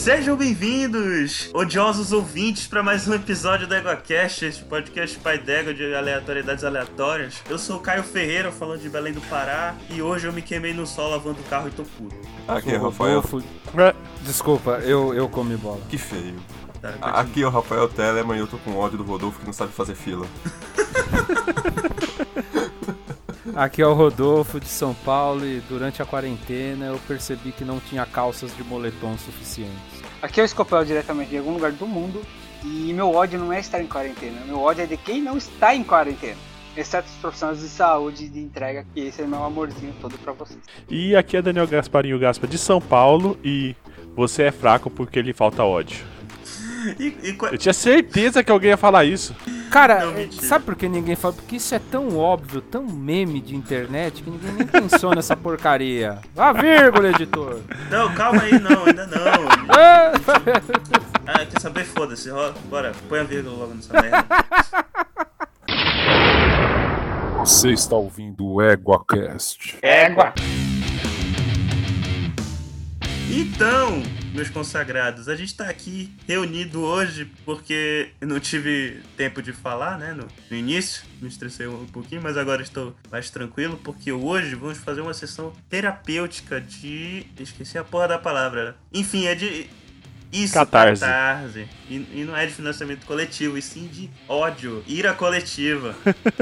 Sejam bem-vindos, odiosos ouvintes, para mais um episódio do EgoCast, este podcast pai d'égua de aleatoriedades aleatórias. Eu sou o Caio Ferreira, falando de Belém do Pará, e hoje eu me queimei no sol lavando o carro e tô puto. Aqui é o Rafael. Desculpa, eu comi bola. Que feio. Tá, Aqui é o Rafael Telemann e eu tô com ódio do Rodolfo que não sabe fazer fila. Aqui é o Rodolfo de São Paulo e durante a quarentena eu percebi que não tinha calças de moletom suficientes. Aqui é o Scopel diretamente de algum lugar do mundo e meu ódio não é estar em quarentena, meu ódio é de quem não está em quarentena, exceto os profissionais de saúde e de entrega, que esse é meu amorzinho todo pra vocês. E aqui é Daniel Gasparinho Gaspa de São Paulo e você é fraco porque lhe falta ódio. Eu tinha certeza que alguém ia falar isso. Cara, sabe por que ninguém fala? Porque isso é tão óbvio, tão meme de internet, que ninguém nem pensou nessa porcaria. Ah, vírgula, editor. Não, calma aí, não, ainda não. Quer saber? Foda-se, bora, põe a vírgula logo nessa merda. Você está ouvindo o EgoCast. Égua! Então, meus consagrados, a gente tá aqui reunido hoje porque eu não tive tempo de falar, né, no início, me estressei um pouquinho, mas agora estou mais tranquilo porque hoje vamos fazer uma sessão terapêutica de... esqueci a porra da palavra. Enfim, é de... Isso, Catarse. E não é de financiamento coletivo, e sim de ódio, ira coletiva.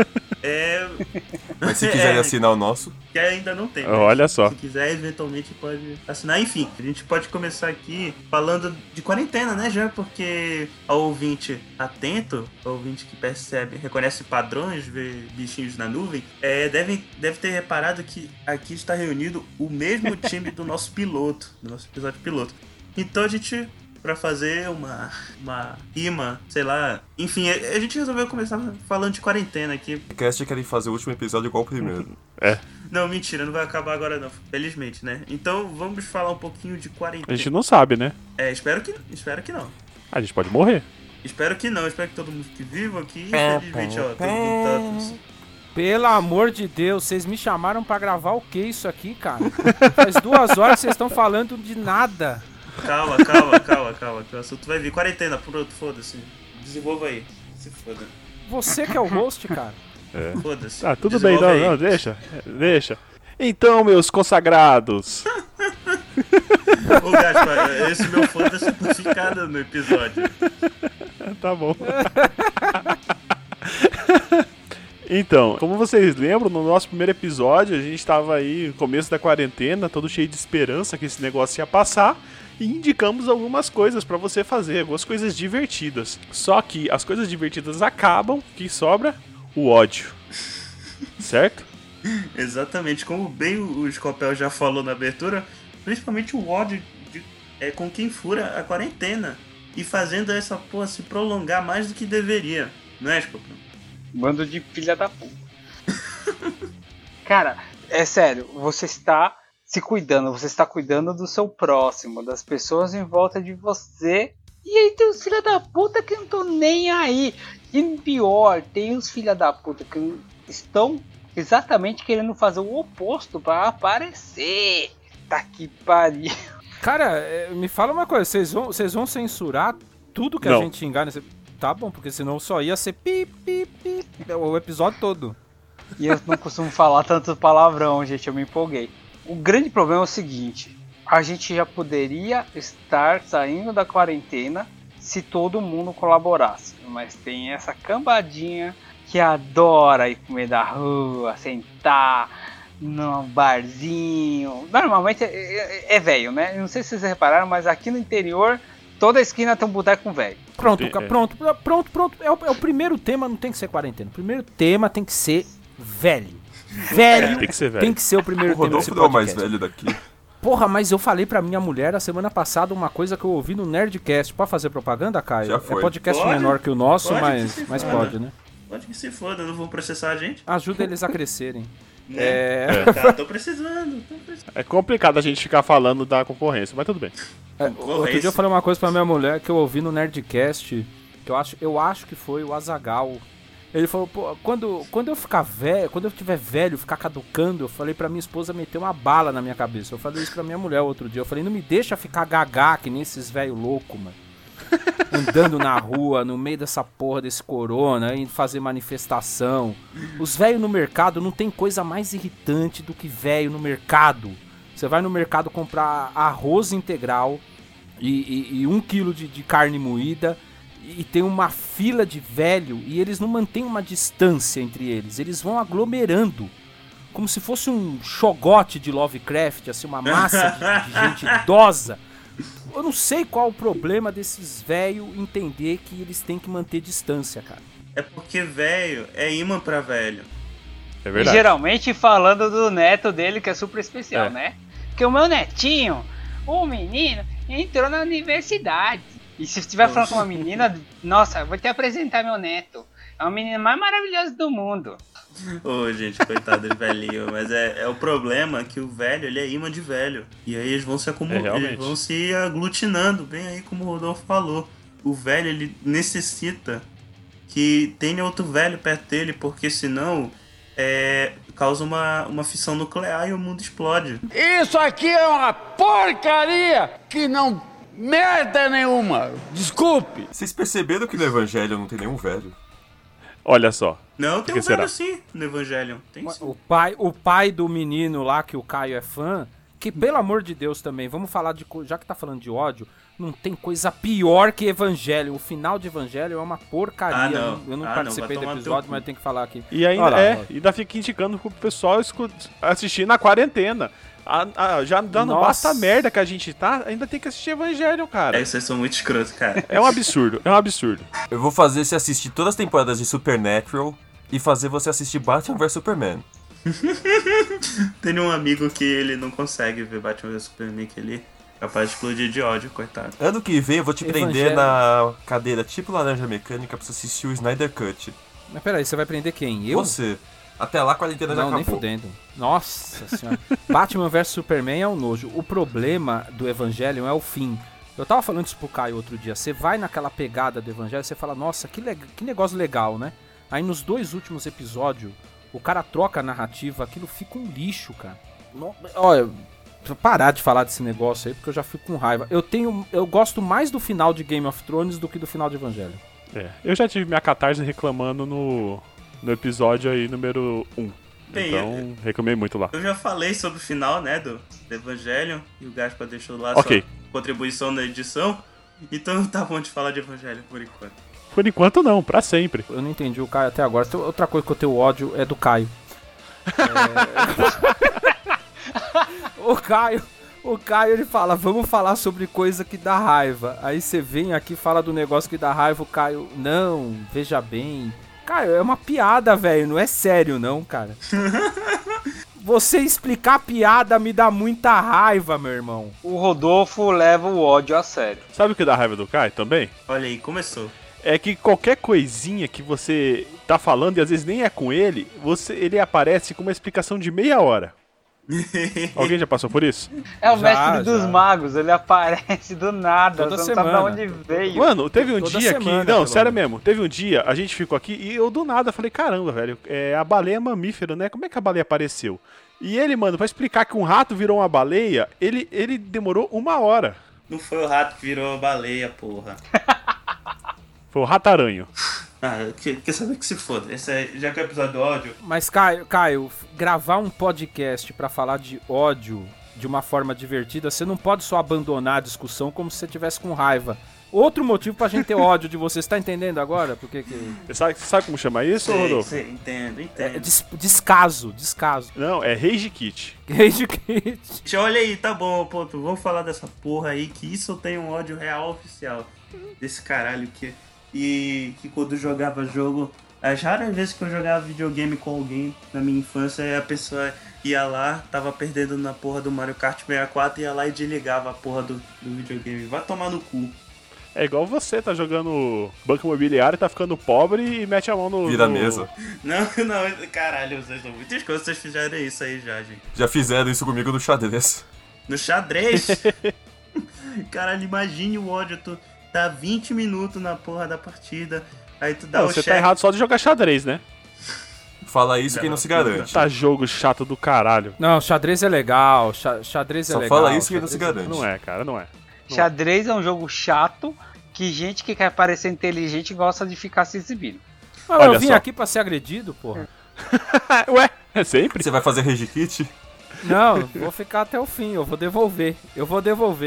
Mas se quiserem assinar o nosso... Que ainda não tem. Olha só. Se quiser, eventualmente pode assinar. Enfim, a gente pode começar aqui falando de quarentena, né, já? Porque ao ouvinte atento, ao ouvinte que percebe, reconhece padrões, vê bichinhos na nuvem, deve ter reparado que aqui está reunido o mesmo time do nosso piloto, do nosso episódio piloto. Então a gente... pra fazer uma rima, sei lá. Enfim, a gente resolveu começar falando de quarentena aqui. O cast querem fazer o último episódio igual o primeiro. Não, mentira, não vai acabar agora não, felizmente, né? Então vamos falar um pouquinho de quarentena. A gente não sabe, né? Espero que não. A gente pode morrer. Espero que não, espero que todo mundo que viva aqui, felizmente, ó, todo mundo tá... Pelo amor de Deus, vocês me chamaram pra gravar o que isso aqui, cara? Faz 2 horas que vocês estão falando de nada. Calma, que o assunto vai vir. Quarentena, pronto, foda-se. Desenvolva aí, se foda. Você que é o host, cara. Foda-se. Tá, tudo bem, não, deixa. Então, meus consagrados. Ô, Gaspar, esse meu foda-se tá ficado no episódio. Tá bom. Então, como vocês lembram, no nosso primeiro episódio, a gente tava aí no começo da quarentena, todo cheio de esperança que esse negócio ia passar, e indicamos algumas coisas pra você fazer, algumas coisas divertidas. Só que as coisas divertidas acabam, que sobra o ódio. Certo? Exatamente, como bem o Scopel já falou na abertura, principalmente o ódio com quem fura a quarentena e fazendo essa porra se prolongar mais do que deveria, não é, Scopel? Bando de filha da puta. Cara, é sério, você está se cuidando, você está cuidando do seu próximo, das pessoas em volta de você. E aí tem os filha da puta que não estão nem aí. E pior, tem os filha da puta que estão exatamente querendo fazer o oposto para aparecer. Tá que pariu. Cara, me fala uma coisa, vocês vão censurar tudo que Não. a gente xingar nesse... Tá bom, porque senão só ia ser pi, o episódio todo. E eu não costumo falar tanto palavrão, gente, eu me empolguei. O grande problema é o seguinte, a gente já poderia estar saindo da quarentena se todo mundo colaborasse. Mas tem essa cambadinha que adora ir comer da rua, sentar num barzinho. Normalmente é velho, né? Não sei se vocês repararam, mas aqui no interior... Toda esquina tem um boteco com velho. Pronto. É o primeiro tema, não tem que ser quarentena. O primeiro tema tem que ser velho. Tem que ser velho. Tem que ser o primeiro tema desse O Rodolfo não é o podcast. mais velho daqui. Porra, mas eu falei pra minha mulher a semana passada uma coisa que eu ouvi no Nerdcast. Pode fazer propaganda, Caio? Já foi. É podcast Pode? menor que o nosso, Pode mas que se mas foda. pode, né? Pode que se foda, não vão processar a gente. Ajuda eles a crescerem. Tá, tô precisando. É complicado a gente ficar falando da concorrência, mas tudo bem. Outro dia eu falei uma coisa pra minha mulher que eu ouvi no Nerdcast, que eu acho que foi o Azaghal Ele falou, pô, quando eu ficar velho, quando eu tiver velho, ficar caducando, eu falei pra minha esposa meter uma bala na minha cabeça. Eu falei isso pra minha mulher outro dia. Eu falei, não me deixa ficar gagá que nem esses velho louco, mano. Andando na rua, no meio dessa porra desse corona, indo fazer manifestação. Os velhos no mercado, não tem coisa mais irritante do que velho no mercado. Você vai no mercado comprar arroz integral e 1 quilo de carne moída e tem uma fila de velho e eles não mantêm uma distância entre eles. Eles vão aglomerando, como se fosse um xogote de Lovecraft, assim, uma massa de gente idosa. Eu não sei qual o problema desses velhos entender que eles têm que manter distância, cara. É porque velho é imã pra velho. É E verdade. geralmente falando do neto dele, que é super especial, É. né? Porque o meu netinho, o menino, entrou na universidade. E se estiver falando com uma menina, nossa, eu vou te apresentar meu neto. É o menino mais maravilhoso do mundo. Ô, gente, coitado de velhinho. Mas é o problema que o velho, ele é imã de velho. E aí eles vão se acumulando, realmente. eles vão se aglutinando, bem aí como o Rodolfo falou. O velho, ele necessita que tenha outro velho perto dele, porque senão causa uma fissão nuclear e o mundo explode. Isso aqui é uma porcaria que não merda nenhuma. Desculpe. Vocês perceberam que no Evangelho não tem nenhum velho? Olha só. Não, tem que um velho será? sim no Evangelion. Tem sim. O pai do menino lá, que o Caio é fã, que pelo amor de Deus também, vamos falar de já que tá falando de ódio, não tem coisa pior que Evangelho. O final de Evangelho é uma porcaria. Ah, não. Eu não Ah, participei não, vai do tomar no episódio, teu mas cu. tem que falar aqui. E ainda, Olha lá, ainda fica indicando pro pessoal assistir na quarentena. Já não Nossa. basta a merda que a gente tá, ainda tem que assistir Evangelho, cara. Vocês são muito escrotos, cara. É um absurdo, é um absurdo. Eu vou fazer você assistir todas as temporadas de Supernatural e fazer você assistir Batman vs Superman. Tem um amigo que ele não consegue ver Batman vs Superman, que ele é capaz de explodir de ódio, coitado. Ano que vem eu vou te prender Evangelho. na cadeira tipo Laranja Mecânica pra você assistir o Snyder Cut. Mas peraí, você vai prender quem? Eu? Você. Até lá a quarentena já Não, nem acabou. fudendo. Nossa senhora. Batman vs Superman é um nojo. O problema do Evangelion é o fim. Eu tava falando isso pro Caio outro dia. Você vai naquela pegada do Evangelho, você fala, nossa, que negócio legal, né? Aí nos 2 últimos episódios, o cara troca a narrativa, aquilo fica um lixo, cara. Olha, vou parar de falar desse negócio aí, porque eu já fico com raiva. Eu gosto mais do final de Game of Thrones do que do final de Evangelho. Eu já tive minha catarse reclamando no episódio aí número 1. Bem, Então, reclamei muito lá. Eu já falei sobre o final, né, do Evangelion, e o Gaspar deixou lá Ok. sua contribuição na edição. Então tá bom de falar de Evangelion por enquanto. Por enquanto não, pra sempre. Eu não entendi o Caio até agora. Outra coisa que eu tenho ódio é do Caio. O Caio, ele fala, vamos falar sobre coisa que dá raiva. Aí você vem aqui e fala do negócio que dá raiva, o Caio, não, veja bem. Caio, é uma piada, velho, não é sério não, cara. Você explicar piada me dá muita raiva, meu irmão. O Rodolfo leva o ódio a sério. Sabe o que dá raiva do Kai também? Olha aí, começou. É que qualquer coisinha que você tá falando, e às vezes nem é com ele, ele aparece com uma explicação de meia hora. Alguém já passou por isso? É o Já, mestre dos já. magos, ele aparece do nada, Toda você não sabe de semana. onde veio. Mano, teve um Toda dia que... semana, Não, pelo sério menos. mesmo. Teve um dia, a gente ficou aqui e eu do nada falei, caramba, velho, a baleia é mamífero, né? Como é que a baleia apareceu? E ele, mano, pra explicar que um rato virou uma baleia, ele demorou 1 hora. Não foi o rato que virou a baleia, porra. Foi o rataranho. Ah, quer saber que se foda. Esse já que é o episódio do ódio. Mas, Caio, gravar um podcast pra falar de ódio de uma forma divertida, você não pode só abandonar a discussão como se você tivesse com raiva. Outro motivo pra gente ter ódio de você, tá entendendo agora? Porque que... Você sabe como chama isso, Rodolfo? Sei, entendo. É descaso. Não, é Rage Kit. Rage Kit. Olha aí, tá bom, ponto. Vamos falar dessa porra aí, que isso eu tenho um ódio real oficial. Desse caralho que quando eu jogava jogo, as raras vezes que eu jogava videogame com alguém na minha infância, a pessoa ia lá, tava perdendo na porra do Mario Kart 64, ia lá e desligava a porra do videogame. Vai tomar no cu. É igual você, tá jogando banco imobiliário, tá ficando pobre e mete a mão no... Vira a no- mesa. Não, caralho, vocês são muitas coisas, vocês fizeram isso aí já, gente. Já fizeram isso comigo no xadrez. No xadrez? Caralho, imagine o ódio, tu tá 20 minutos na porra da partida, Aí tu dá Não, o você cheque. tá errado só de jogar xadrez, né? Fala isso quem não se garante. Tá jogo chato do caralho. Não, xadrez é legal. Xadrez é Só legal. fala isso quem não se xadrez garante. Não é, cara, não é. Xadrez é um jogo chato que gente que quer parecer inteligente gosta de ficar se exibindo. Mas Olha eu vim só. aqui pra ser agredido, porra. Ué, é sempre? Você vai fazer rage kit? Não, vou ficar até o fim, eu vou devolver. Eu vou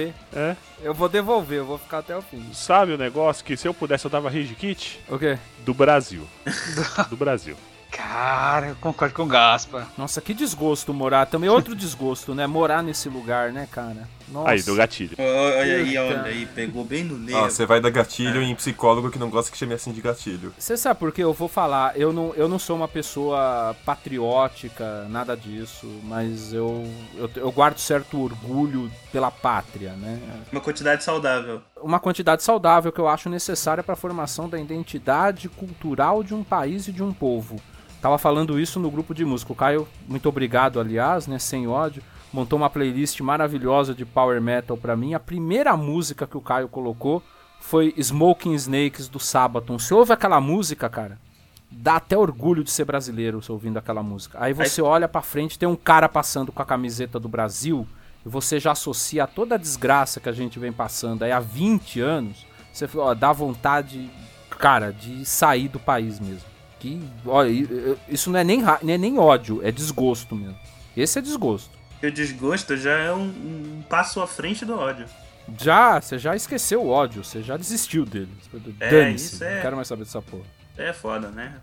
ficar até o fim. Sabe o negócio que se eu pudesse eu dava rage kit? O quê? Do Brasil. Do Brasil. Cara, eu concordo com o Gaspa. Nossa, que desgosto morar. Também outro desgosto, né? Morar nesse lugar, né, cara? Nossa. Aí, do gatilho. Olha aí, pegou bem no nervo. Você vai dar gatilho em psicólogo que não gosta que chame assim de gatilho. Você sabe por que eu vou falar? Eu não sou uma pessoa patriótica, nada disso, mas eu guardo certo orgulho pela pátria, né? Uma quantidade saudável. Uma quantidade saudável que eu acho necessária para a formação da identidade cultural de um país e de um povo. Tava falando isso no grupo de música. O Caio, muito obrigado, aliás, né? Sem ódio. Montou uma playlist maravilhosa de power metal pra mim. A primeira música que o Caio colocou foi Smoking Snakes do Sabaton. Você ouve aquela música, cara, dá até orgulho de ser brasileiro se ouvindo aquela música. Aí você olha pra frente, tem um cara passando com a camiseta do Brasil e você já associa a toda a desgraça que a gente vem passando aí há 20 anos. Você dá vontade, cara, de sair do país mesmo. Que, olha, isso não é nem ódio, é desgosto mesmo. Esse é desgosto. E o desgosto já é um passo à frente do ódio. Você já esqueceu o ódio, você já desistiu dele. É, Dane-se, isso é- não quero mais saber dessa porra. É foda, né?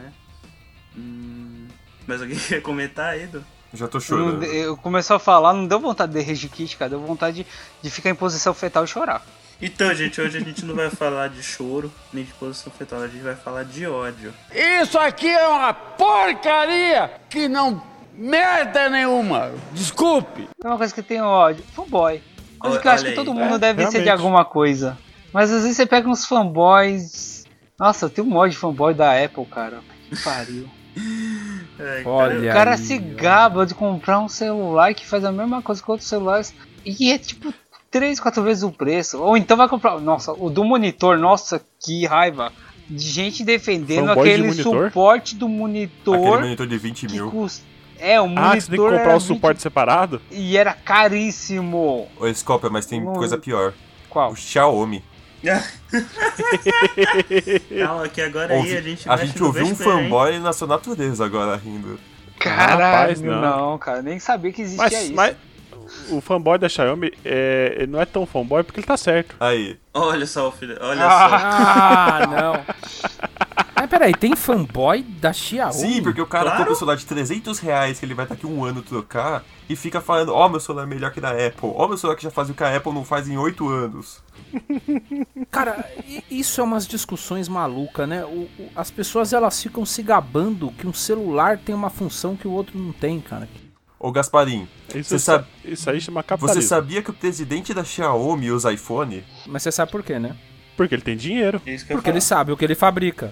Mas alguém quer comentar aí, Edu? Já tô chorando. Eu comecei a falar, não deu vontade de rage kit, cara. Deu vontade de ficar em posição fetal e chorar. Então, gente, hoje a gente não vai falar de choro, nem de posição fetal, a gente vai falar de ódio. Isso aqui é uma porcaria que não merda nenhuma. Desculpe. É uma coisa que eu tenho ódio. Fanboy. Coisa que eu acho Olha que aí. todo mundo deve ser de realmente. alguma coisa. Mas às vezes você pega uns fanboys. Nossa, eu tenho um ódio de fanboy da Apple, cara. Que pariu. É, Olha O cara aí, se ó. gaba de comprar um celular que faz a mesma coisa que outros celulares. E é tipo 3, 4 vezes o preço. Ou então vai comprar. Nossa, o do monitor, nossa, que raiva. De gente defendendo Fanboy de aquele monitor? suporte do monitor. Aquele monitor de 20 que mil. custa. É, o monitor. Ah, você tem que comprar era o suporte separado? E era caríssimo. Ô, Scopia, mas tem coisa pior. Qual? O Xiaomi. Calma, que agora aí a gente a mexe gente no ouviu um vespeiro, hein? fanboy na sua natureza agora rindo. Caralho, Rapaz, não. não. Cara, nem sabia que existia isso. Mas o fanboy da Xiaomi ele não é tão fanboy porque ele tá certo. Aí. Olha só, filho, olha Ah, não. Mas peraí, tem fanboy da Xiaomi? Sim, porque o cara Claro. compra um celular de R$300 que ele vai daqui um ano trocar e fica falando, meu celular é melhor que da Apple. Meu celular que já faz o que a Apple não faz em 8 anos. Cara, isso é umas discussões malucas, né? As pessoas, elas ficam se gabando que um celular tem uma função que o outro não tem, cara. Ô Gasparim, Isso aí chama capitalismo. você sabia que o presidente da Xiaomi usa iPhone? Mas você sabe por quê, né? Porque ele tem dinheiro. É isso que eu Porque ia ele sabe o que ele fabrica.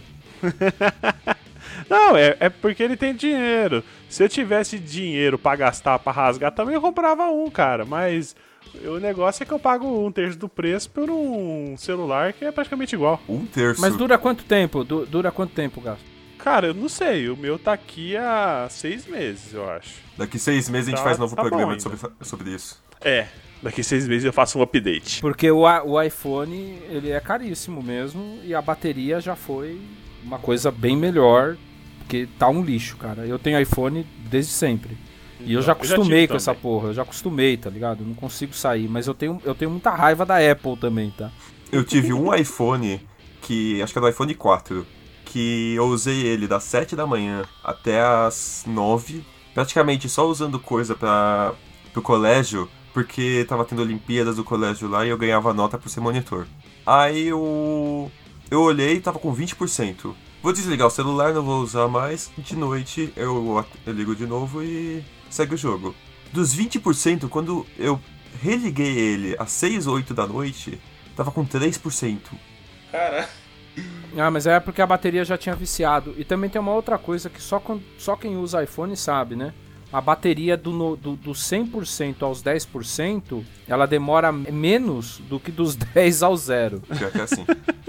Não, é porque ele tem dinheiro. Se eu tivesse dinheiro pra gastar, pra rasgar, também eu comprava um, cara. Mas o negócio é que eu pago 1/3 do preço por um celular que é praticamente igual. 1/3. Mas dura quanto tempo? Dura quanto tempo, Gasto? Cara, eu não sei. O meu tá aqui há 6 meses, eu acho. Daqui 6 meses a gente Tá- faz novo tá bom programa ainda. sobre isso. É, daqui 6 meses eu faço um update. Porque o iPhone, ele é caríssimo mesmo e a bateria já foi uma coisa bem melhor, porque tá um lixo, cara. Eu tenho iPhone desde sempre. E eu já eu já acostumei tive com essa também. porra, eu já acostumei, tá ligado? Eu não consigo sair, mas eu tenho muita raiva da Apple também, tá? Eu tive um iPhone que, acho que era o iPhone 4, que eu usei ele das 7 da manhã até as 9, praticamente só usando coisa pro colégio, porque tava tendo Olimpíadas do colégio lá e eu ganhava nota por ser monitor. Aí eu olhei e tava com 20%. Vou desligar o celular, não vou usar mais. De noite eu ligo de novo e segue o jogo. Dos 20%, quando eu religuei ele às 6 ou 8 da noite, tava com 3%. Cara, Ah, mas é porque a bateria já tinha viciado. E também tem uma outra coisa que só quem usa iPhone sabe, né? A bateria do 100% aos 10%, ela demora menos do que dos 10 ao 0. Pior que é assim.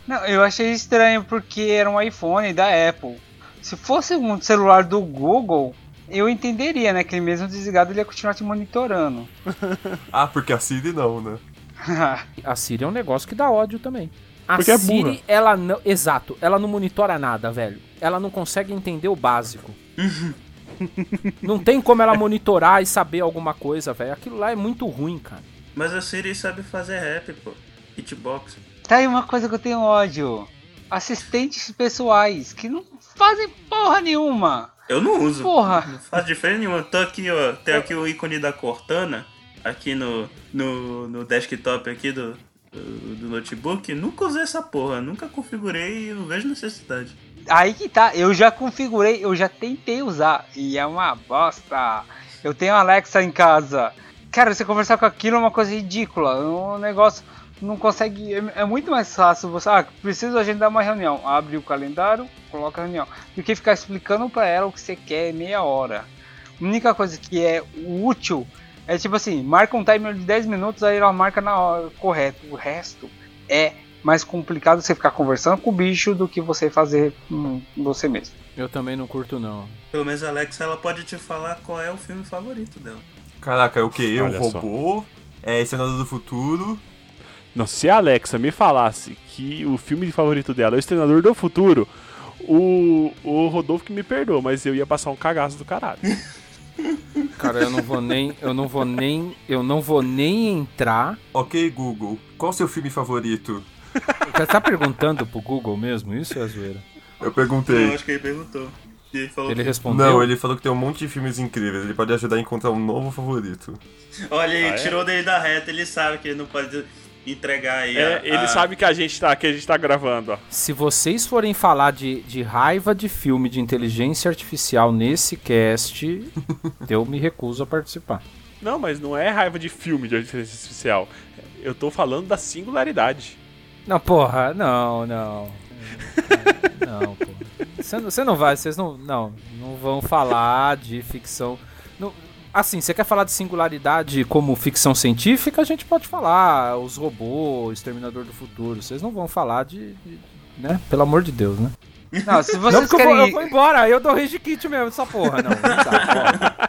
Não, eu achei estranho porque era um iPhone da Apple. Se fosse um celular do Google, eu entenderia, né? Que ele mesmo desligado ele ia continuar te monitorando. Ah, porque a Siri não, né? A Siri é um negócio que dá ódio também. A Porque é Siri, burra. ela não... Exato, ela não monitora nada, velho. Ela não consegue entender o básico. Não tem como ela monitorar e saber alguma coisa, velho. Aquilo lá é muito ruim, cara. Mas a Siri sabe fazer rap, pô. Hitbox. Tá aí uma coisa que eu tenho ódio. Assistentes pessoais que não fazem porra nenhuma. Eu não uso. Porra. Não faz diferença nenhuma. Tô aqui, ó. Tem aqui o ícone da Cortana. Aqui no desktop aqui do notebook. Nunca usei essa porra. Nunca configurei e não vejo necessidade. Aí que tá, eu já configurei, eu já tentei usar e é uma bosta. Eu tenho a Alexa em casa. Cara, você conversar com aquilo é uma coisa ridícula. Um negócio não consegue. É muito mais fácil você. Ah, preciso agendar uma reunião. Abre o calendário, coloca a reunião. Do que ficar explicando pra ela o que você quer meia hora. A única coisa que é útil é tipo assim: marca um timer de 10 minutos, aí ela marca na hora correto. O resto é mais complicado você ficar conversando com o bicho do que você fazer você mesmo. Eu também não curto, não. Pelo menos a Alexa, ela pode te falar qual é o filme favorito dela. Caraca, é o quê? Eu, Olha só. robô, Exterminador do Futuro. Não, se a Alexa me falasse que o filme favorito dela é o Exterminador do Futuro, o Rodolfo que me perdoa, mas eu ia passar um cagaço do caralho. Cara, eu não vou nem entrar. Ok, Google, qual o seu filme favorito? Você tá perguntando pro Google mesmo? Isso é zoeira? Eu Eu perguntei. acho que ele perguntou. E ele falou Ele que... respondeu. Não, ele falou que tem um monte de filmes incríveis. Ele pode ajudar a encontrar um novo favorito. Olha, ele Ah, é? tirou dele da reta. Ele sabe que ele não pode entregar aí Ele sabe que a gente tá gravando, ó. Se vocês forem falar de raiva de filme de inteligência artificial nesse cast, eu me recuso a participar. Não, mas não é raiva de filme de inteligência artificial. Eu tô falando da singularidade. Não, porra, não. Não, porra. Você não vai, vocês não vão falar de ficção. Não, assim, você quer falar de singularidade como ficção científica, a gente pode falar, os robôs, Exterminador do Futuro. Vocês não vão falar de né? Pelo amor de Deus, né? Não, se Não, vocês porque querem. eu vou embora, eu dou rage kit mesmo, essa porra. Não dá,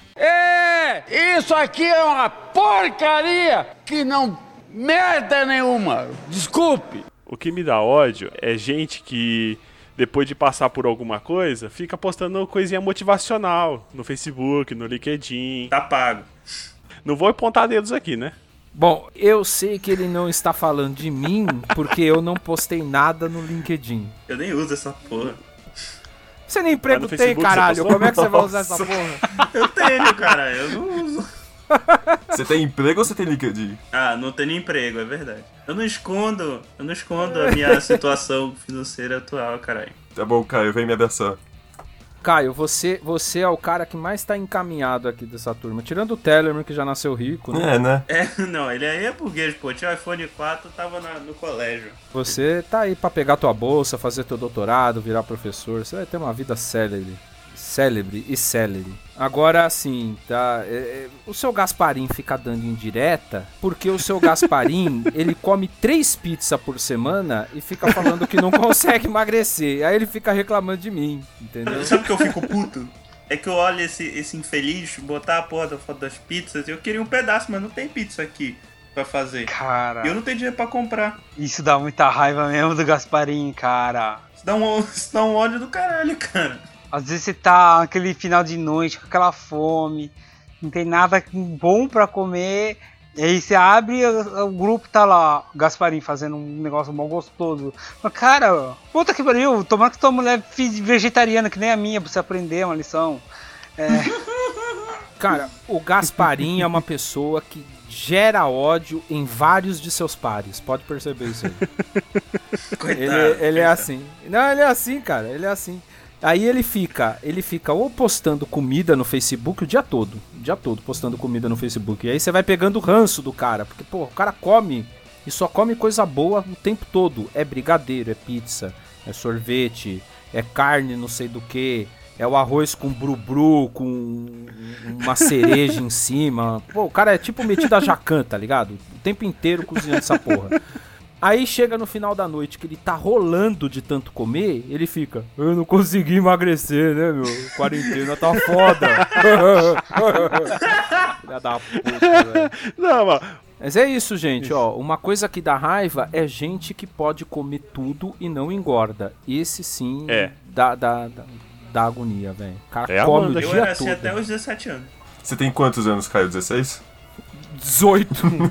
Isso aqui é uma porcaria que não merda nenhuma. Desculpe. O que me dá ódio é gente que, depois de passar por alguma coisa, fica postando coisinha motivacional no Facebook, no LinkedIn. Tá pago. Não vou apontar dedos aqui, né? Bom, eu sei que ele não está falando de mim porque eu não postei nada no LinkedIn. Eu nem uso essa porra. Você nem emprego Mas no tem, Facebook você caralho. postou? Como é que você vai usar essa porra? Eu tenho, cara. Eu não uso. Você tem emprego ou você tem LinkedIn? Ah, não tenho emprego, é verdade. Eu não escondo a minha situação financeira atual, caralho. Tá bom, Caio, vem me abraçar. Caio, você é o cara que mais tá encaminhado aqui dessa turma. Tirando o Tellerman, que já nasceu rico, né? É, né? Não, ele aí é burguês, pô. Tinha o iPhone 4, tava no colégio. Você tá aí pra pegar tua bolsa, fazer teu doutorado, virar professor. Você vai ter uma vida célebre e célere. Agora, assim, tá? O seu Gasparim fica dando indireta porque o seu Gasparim, ele come 3 pizzas por semana e fica falando que não consegue emagrecer. Aí ele fica reclamando de mim, entendeu? Sabe que eu fico puto? É que eu olho esse infeliz botar a porra da foto das pizzas e eu queria um pedaço, mas não tem pizza aqui pra fazer. Cara, E eu não tenho dinheiro pra comprar. isso dá muita raiva mesmo do Gasparim, cara. Isso dá um ódio do caralho, cara. Às vezes você tá naquele final de noite com aquela fome, não tem nada bom pra comer, e aí você abre o grupo, tá lá, o Gasparim fazendo um negócio mal gostoso. Mas, cara, puta que pariu, tomara que tua mulher vegetariana, que nem a minha, pra você aprender uma lição. Cara, o Gasparim é uma pessoa que gera ódio em vários de seus pares. Pode perceber isso aí. Coitado. Ele é assim. Não, ele é assim, cara. Ele é assim. Aí ele fica ou postando comida no Facebook o dia todo postando comida no Facebook. E aí você vai pegando o ranço do cara, porque, pô, o cara come e só come coisa boa o tempo todo. É brigadeiro, é pizza, é sorvete, é carne não sei do que, é o arroz com brubru, com uma cereja em cima. Pô, o cara é tipo metido a jacan, tá ligado? O tempo inteiro cozinhando essa porra. Aí chega no final da noite que ele tá rolando de tanto comer, ele fica, eu não consegui emagrecer, né, meu? Quarentena tá foda. Filha da puta, velho. Não, mano. Mas é isso, gente, ó. Uma coisa que dá raiva é gente que pode comer tudo e não engorda. Esse sim dá agonia, velho. O cara come o dia todo. Eu era assim até os 17 anos. Você tem quantos anos, Caio? 16? 18.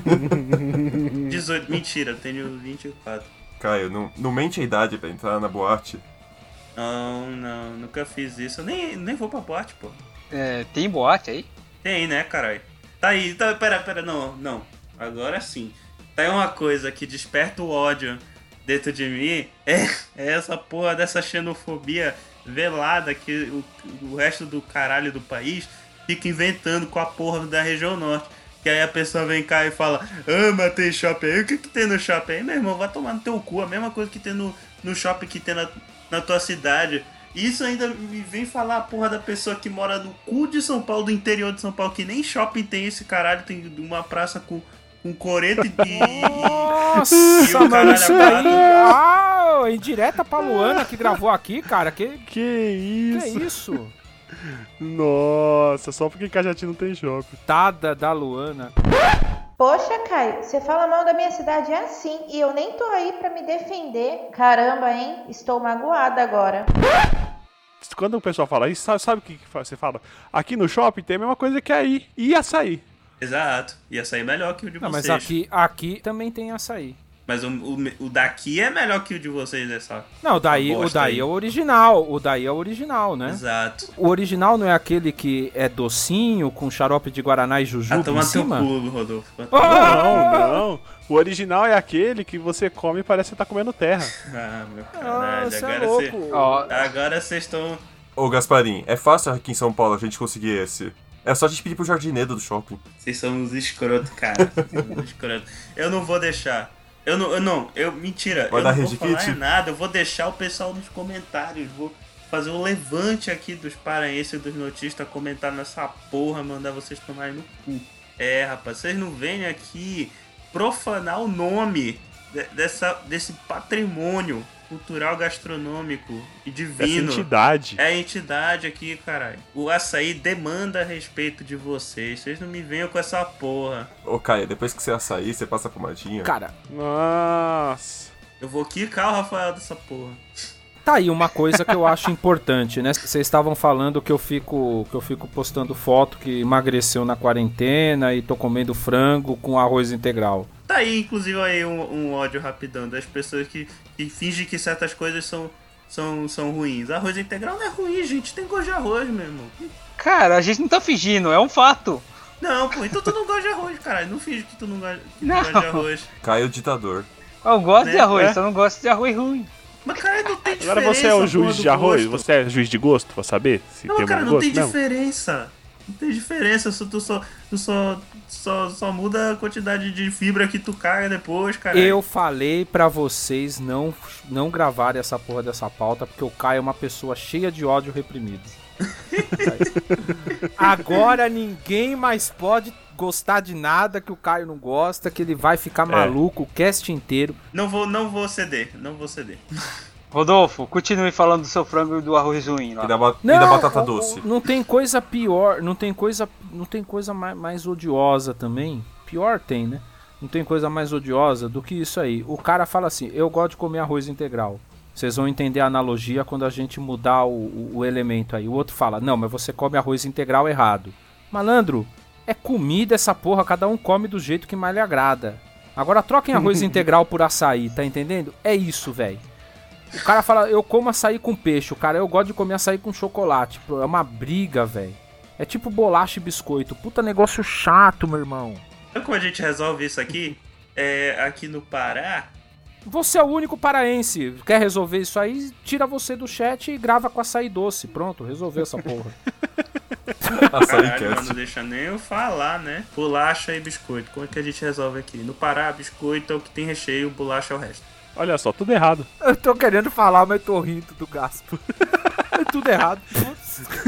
18, mentira, eu tenho 24. Caio, não mente a idade pra entrar na boate. Não, nunca fiz isso. Eu nem vou pra boate, pô. Tem boate aí? Tem, né, caralho? Tá aí, pera, não. Agora sim. Tá aí uma coisa que desperta o ódio dentro de mim, é essa porra dessa xenofobia velada que o resto do caralho do país fica inventando com a porra da região norte. Que aí a pessoa vem cá e fala, mas tem shopping aí, o que tem no shopping aí? Meu irmão, vai tomar no teu cu, a mesma coisa que tem no shopping que tem na tua cidade. E isso ainda me vem falar a porra da pessoa que mora no cu de São Paulo, do interior de São Paulo, que nem shopping tem esse caralho, tem uma praça com coreto Nossa, e o mano, isso caralho aí. Indireta pra Luana que gravou aqui, cara. Que isso? Que é isso? Nossa, só porque Cajati não tem shopping. Tada da Luana. Poxa, Caio, você fala mal da minha cidade assim e eu nem tô aí pra me defender. Caramba, hein? Estou magoada agora. Quando o pessoal fala isso, sabe o que você fala? Aqui no shopping tem a mesma coisa que aí. E açaí. Exato. Ia sair melhor que o de vocês. Mas aqui também tem açaí. Mas o daqui é melhor que o de vocês, né? Só. Não, o daí é o original. O daí é o original, né? Exato. O original não é aquele que é docinho, com xarope de guaraná e jujuba em cima? Teu cu, Rodolfo. Não. O original é aquele que você come e parece que você tá comendo terra. Meu caralho. Você é louco. Agora vocês estão... Ô, Gasparim, é fácil aqui em São Paulo a gente conseguir esse. É só a gente pedir pro jardineiro do shopping. Vocês são uns escrotos, cara. Eu não vou deixar. Mentira. Vai eu dar não vou Rede falar Kit? nada. Eu vou deixar o pessoal nos comentários. Vou fazer um levante aqui dos paraenses e dos notistas comentar nessa porra, mandar vocês tomarem no cu. Rapaz, vocês não vêm aqui profanar o nome desse patrimônio cultural, gastronômico e divino. Essa entidade. É a entidade aqui, caralho. O açaí demanda respeito de vocês. Vocês não me venham com essa porra. Ô, Caio, depois que você açaí, você passa pomadinha. Cara, Nossa. Eu vou quicar o Rafael dessa porra. tá aí uma coisa que eu acho importante, né? Vocês estavam falando que eu fico postando foto que emagreceu na quarentena e tô comendo frango com arroz integral. Tá aí, inclusive, aí um ódio rapidão das pessoas que fingem que certas coisas são ruins. Arroz integral não é ruim, gente. Tem gosto de arroz, meu irmão. Cara, a gente não tá fingindo, é um fato. Não, pô, então tu não gosta de arroz, caralho. Não finge que tu não gosta de arroz. Caio ditador. Eu gosto de arroz, É? só não gosto de arroz ruim. Mas, cara, não tem diferença. Agora você é o juiz porra, de do arroz? gosto. Você é juiz de gosto pra saber se Não, tem cara, bom não gosto tem mesmo? diferença. Não tem diferença. Tu só muda a quantidade de fibra que tu caga depois, cara. Eu falei pra vocês não gravarem essa porra dessa pauta, porque o Caio é uma pessoa cheia de ódio reprimido. Agora ninguém mais pode gostar de nada que o Caio não gosta, que ele vai ficar maluco o cast inteiro. Não vou ceder. Rodolfo, continue falando do seu frango e do arroz ruim lá. E da batata doce. Não tem coisa pior, não tem coisa mais odiosa também. Pior tem, né? Não tem coisa mais odiosa do que isso aí. O cara fala assim, eu gosto de comer arroz integral. Vocês vão entender a analogia quando a gente mudar o elemento aí. O outro fala, não, mas você come arroz integral errado. Malandro, é comida essa porra, cada um come do jeito que mais lhe agrada. Agora troquem arroz integral por açaí, tá entendendo? É isso, velho. O cara fala, eu como açaí com peixe. O cara, eu gosto de comer açaí com chocolate. Pô, é uma briga, velho. É tipo bolacha e biscoito. Puta negócio chato, meu irmão. Sabe como a gente resolve isso aqui? Aqui no Pará... Você é o único paraense. Quer resolver isso aí? Tira você do chat e grava com açaí doce. Pronto, resolveu essa porra. Caralho, mano, não deixa nem eu falar, né? Bolacha e biscoito. Como é que a gente resolve aqui? No Pará, biscoito é o que tem recheio, bolacha é o resto. Olha só, tudo errado. Eu tô querendo falar, mas tô rindo do Gaspo. É tudo errado.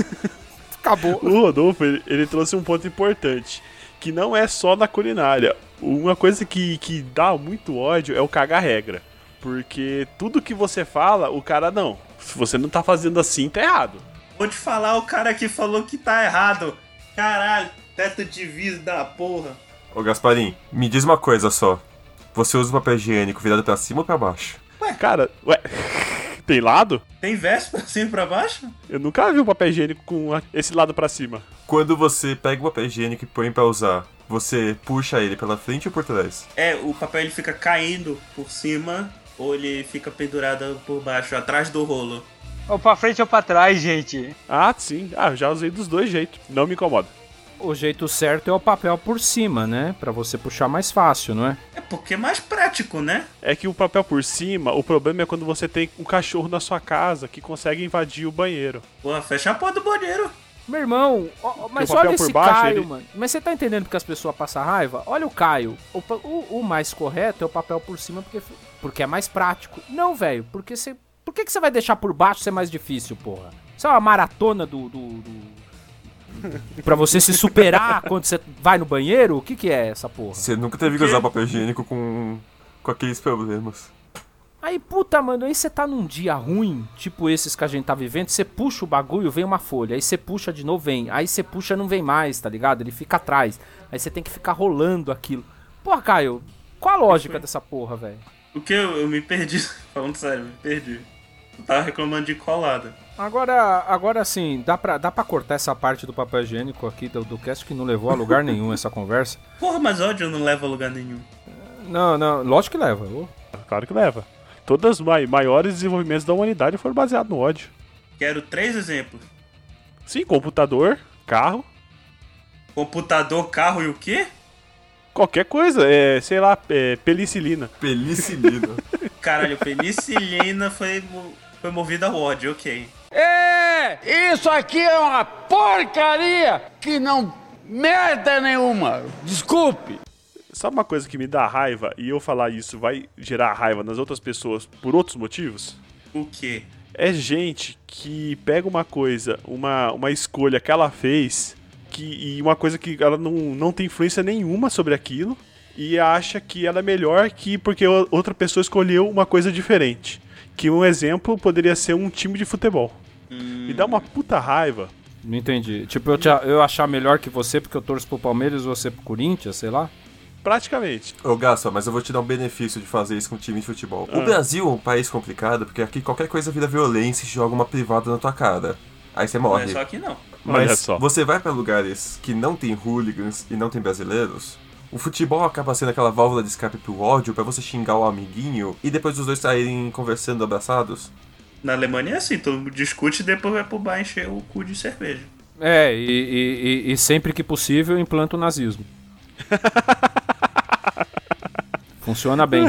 Acabou. O Rodolfo, ele trouxe um ponto importante, que não é só na culinária. Uma coisa que dá muito ódio é o caga-regra. Porque tudo que você fala, o cara não. Se você não tá fazendo assim, tá errado. Vou te falar, o cara que falou que tá errado. Caralho, teto de vidro da porra. Ô Gasparim, me diz uma coisa só. Você usa o papel higiênico virado pra cima ou pra baixo? Cara, tem lado? Tem verso pra cima e pra baixo? Eu nunca vi um papel higiênico com esse lado pra cima. Quando você pega o papel higiênico e põe pra usar, você puxa ele pela frente ou por trás? O papel ele fica caindo por cima ou ele fica pendurado por baixo, atrás do rolo? Ou pra frente ou pra trás, gente. Ah, sim. Ah, eu já usei dos dois jeitos. Não me incomoda. O jeito certo é o papel por cima, né? Pra você puxar mais fácil, não é? É porque é mais prático, né? É que o papel por cima, o problema é quando você tem um cachorro na sua casa que consegue invadir o banheiro. Pô, fecha a porta do banheiro. Meu irmão, mas papel olha por esse baixo, Caio, ele- mano. Mas você tá entendendo porque as pessoas passam raiva? Olha o Caio. O mais correto é o papel por cima porque é mais prático. Não, velho, porque você... Por que você vai deixar por baixo ser mais difícil, porra? Isso é uma maratona pra você se superar quando você vai no banheiro? O que é essa porra? Você nunca teve que usar papel higiênico com aqueles problemas. Aí, puta, mano, aí você tá num dia ruim, tipo esses que a gente tá vivendo, você puxa o bagulho, vem uma folha, aí você puxa de novo, vem, aí você puxa, não vem mais, tá ligado? Ele fica atrás, aí você tem que ficar rolando aquilo. Porra, Caio, qual a lógica dessa porra, velho? O que eu me perdi, falando sério, me perdi. Eu tava reclamando de colada. Agora sim, dá pra cortar essa parte do papel higiênico aqui do cast que não levou a lugar nenhum essa conversa? Porra, mas ódio não leva a lugar nenhum. Não, lógico que leva. Claro que leva. Todos os maiores desenvolvimentos da humanidade foram baseados no ódio. Quero 3 exemplos. Sim, computador, carro, Computador, carro e o quê? qualquer coisa, sei lá, penicilina. Penicilina. Caralho, penicilina foi movida ao ódio, ok. Isso aqui é uma porcaria que não merda nenhuma. Desculpe. Sabe uma coisa que me dá raiva e eu falar isso vai gerar raiva nas outras pessoas por outros motivos? O quê? É gente que pega uma coisa, uma escolha que ela fez e uma coisa que ela não tem influência nenhuma sobre aquilo e acha que ela é melhor porque outra pessoa escolheu uma coisa diferente. Que um exemplo poderia ser um time de futebol. Me dá uma puta raiva. Não entendi. Tipo, eu achar melhor que você porque eu torço pro Palmeiras e você pro Corinthians, sei lá? Praticamente. Ô Gaspa, mas eu vou te dar um benefício de fazer isso com um time de futebol. O Brasil é um país complicado porque aqui qualquer coisa vira violência e joga uma privada na tua cara. Aí você Não morre. é só aqui não. Olha Mas só. você vai pra lugares que não tem hooligans e não tem brasileiros, o futebol acaba sendo aquela válvula de escape pro ódio pra você xingar o amiguinho e depois os dois saírem conversando abraçados. Na Alemanha é assim, todo mundo discute e depois vai pro bar encher o cu de cerveja. E sempre que possível implanta o nazismo. Funciona bem.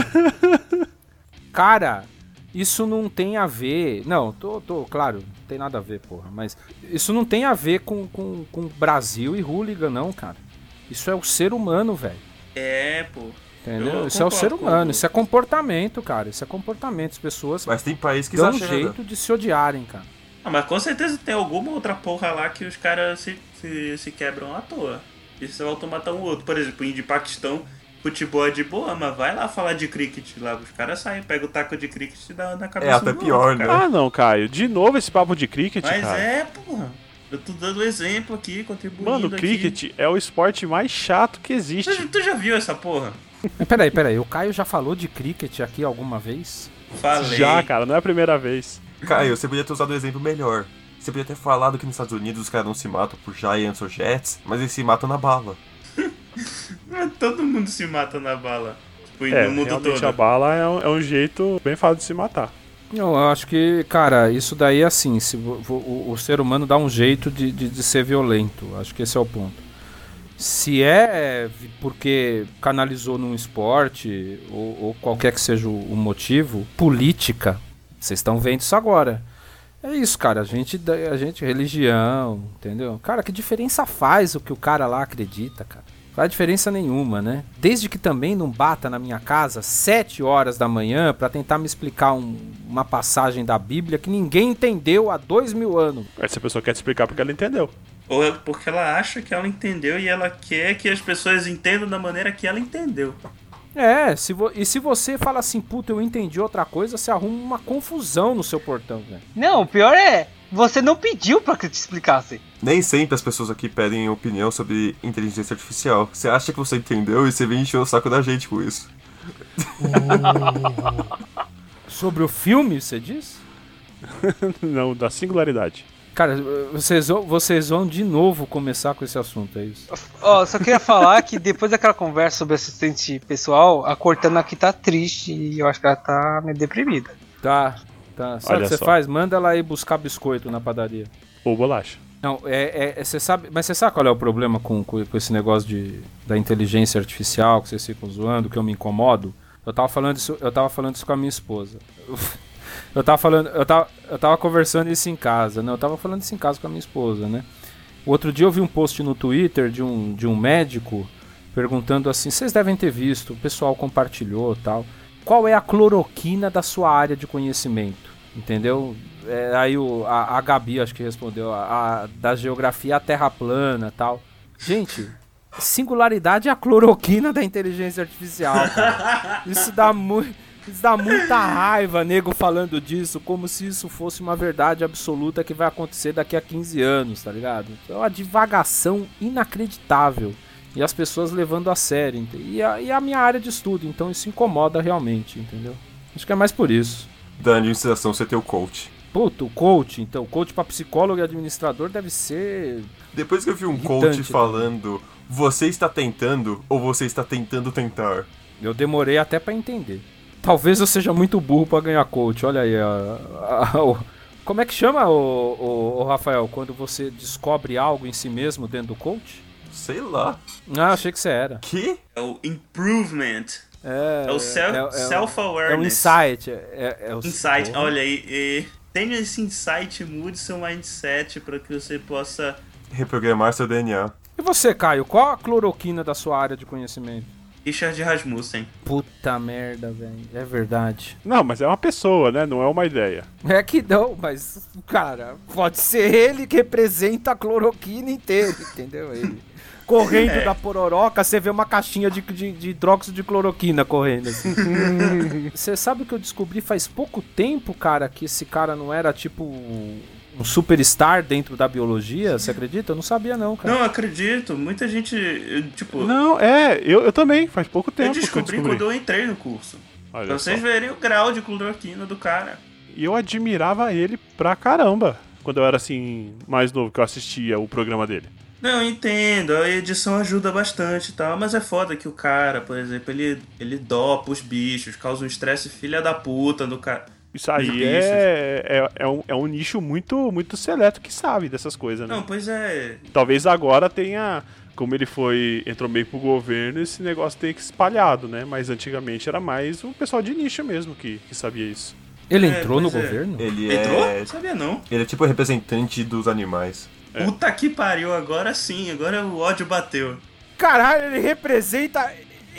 Cara, isso não tem a ver... Não, claro, não tem nada a ver, porra. Mas isso não tem a ver com Brasil e hooligan, não, cara. Isso é o ser humano, velho. Pô. Entendeu? Eu Isso é o ser concordo humano, com- isso é comportamento, cara. Isso é comportamento. As pessoas Mas tem país que dão um exagera. jeito de se odiarem, cara. Ah, mas com certeza tem alguma outra porra lá que os caras se quebram à toa. E você volta a matar um outro. Por exemplo, em de Paquistão, futebol é de boa, mas vai lá falar de cricket lá. Os caras saem, pegam o taco de cricket e dá na cabeça até do pior, outro, né? cara. Ah, não, Caio. De novo esse papo de cricket, Mas cara. porra. Eu tô dando exemplo aqui, contribuindo Mano, aqui. cricket é o esporte mais chato que existe. Tu já viu essa porra? Mas peraí. O Caio já falou de cricket aqui alguma vez? Falei. Já, cara, não é a primeira vez. Caio, você podia ter usado um exemplo melhor. Você podia ter falado que nos Estados Unidos os caras não se matam por Giants ou Jets, mas eles se matam na bala. Todo mundo se mata na bala. Tipo, no mundo realmente todo. a bala é um jeito bem fácil de se matar. Não, eu acho que, cara, isso daí é assim, se o ser humano dá um jeito de ser violento, acho que esse é o ponto. Se é porque canalizou num esporte, ou qualquer que seja o motivo, política, vocês estão vendo isso agora. É isso, cara, a gente, religião, entendeu? Cara, que diferença faz o que o cara lá acredita, cara? Não faz diferença nenhuma, né? Desde que também não bata na minha casa 7 horas da manhã pra tentar me explicar uma passagem da Bíblia que ninguém entendeu há 2000 anos. Essa pessoa quer te explicar porque ela entendeu. Ou é porque ela acha que ela entendeu e ela quer que as pessoas entendam da maneira que ela entendeu. E se você fala assim, puta, eu entendi outra coisa, você arruma uma confusão no seu portão, velho. Não, o pior é, você não pediu pra que eu te explicasse. Nem sempre as pessoas aqui pedem opinião sobre inteligência artificial. Você acha que você entendeu e você vem encher o saco da gente com isso. Sobre o filme, você diz? Não, da singularidade. Cara, vocês vão de novo começar com esse assunto, é isso? Ó, só queria falar que depois daquela conversa sobre assistente pessoal, a Cortana aqui tá triste e eu acho que ela tá meio deprimida. Tá. Sabe o que você faz? Manda ela ir buscar biscoito na padaria. Ou bolacha. Não, você sabe, mas você sabe qual é o problema com esse negócio da inteligência artificial, que vocês ficam zoando, que eu me incomodo? Eu tava falando isso com a minha esposa. Eu tava conversando isso em casa, né? Eu tava falando isso em casa com a minha esposa, né? O outro dia eu vi um post no Twitter de um médico perguntando assim, vocês devem ter visto, o pessoal compartilhou e tal. Qual é a cloroquina da sua área de conhecimento? Entendeu? Aí a Gabi acho que respondeu, da geografia à terra plana e tal. Gente, singularidade é a cloroquina da inteligência artificial, cara. Isso dá muita raiva, nego falando disso, como se isso fosse uma verdade absoluta que vai acontecer daqui a 15 anos, tá ligado? É uma divagação inacreditável. E as pessoas levando a sério. E a minha área de estudo, então isso incomoda realmente, entendeu? Acho que é mais por isso. Da administração você tem o coach. Puta, o coach, então. O coach pra psicólogo e administrador deve ser... Depois que eu vi um coach falando, você está tentando ou você está tentando tentar? Eu demorei até pra entender. Talvez eu seja muito burro pra ganhar coach. Olha aí, como é que chama, o Rafael, quando você descobre algo em si mesmo dentro do coach? Sei lá. Ah, achei que você era. Que? É o improvement. É o self-awareness. É o insight. É o insight, olha aí. Tenha esse insight, mude seu mindset para que você possa reprogramar seu DNA. E você, Caio, qual a cloroquina da sua área de conhecimento? Richard Rasmussen. Puta merda, velho. É verdade. Não, mas é uma pessoa, né? Não é uma ideia. É que não, mas, cara, pode ser ele que representa a cloroquina inteira, entendeu? Ele correndo da pororoca, você vê uma caixinha de hidróxido de cloroquina correndo. Assim. Você sabe o que eu descobri faz pouco tempo, cara, que esse cara não era tipo um superstar dentro da biologia? Você acredita? Eu não sabia não, cara. Não, acredito. Muita gente, tipo... Não, eu também, faz pouco tempo eu descobri quando eu entrei no curso. Olha pra vocês verem o grau de cloroquina do cara. E eu admirava ele pra caramba, quando eu era assim, mais novo, que eu assistia o programa dele. Não, eu entendo, a edição ajuda bastante e tal, mas é foda que o cara, por exemplo, ele dopa os bichos, causa um estresse filha da puta no cara. Isso aí é um nicho muito, muito seleto que sabe dessas coisas, né? Não, pois é. Talvez agora tenha, como ele entrou meio pro governo, esse negócio tenha que espalhado, né? Mas antigamente era mais o pessoal de nicho mesmo que sabia isso. Ele entrou no governo? Ele entrou? Não sabia não. Ele é tipo representante dos animais. Puta que pariu, agora sim, agora o ódio bateu. Caralho, ele representa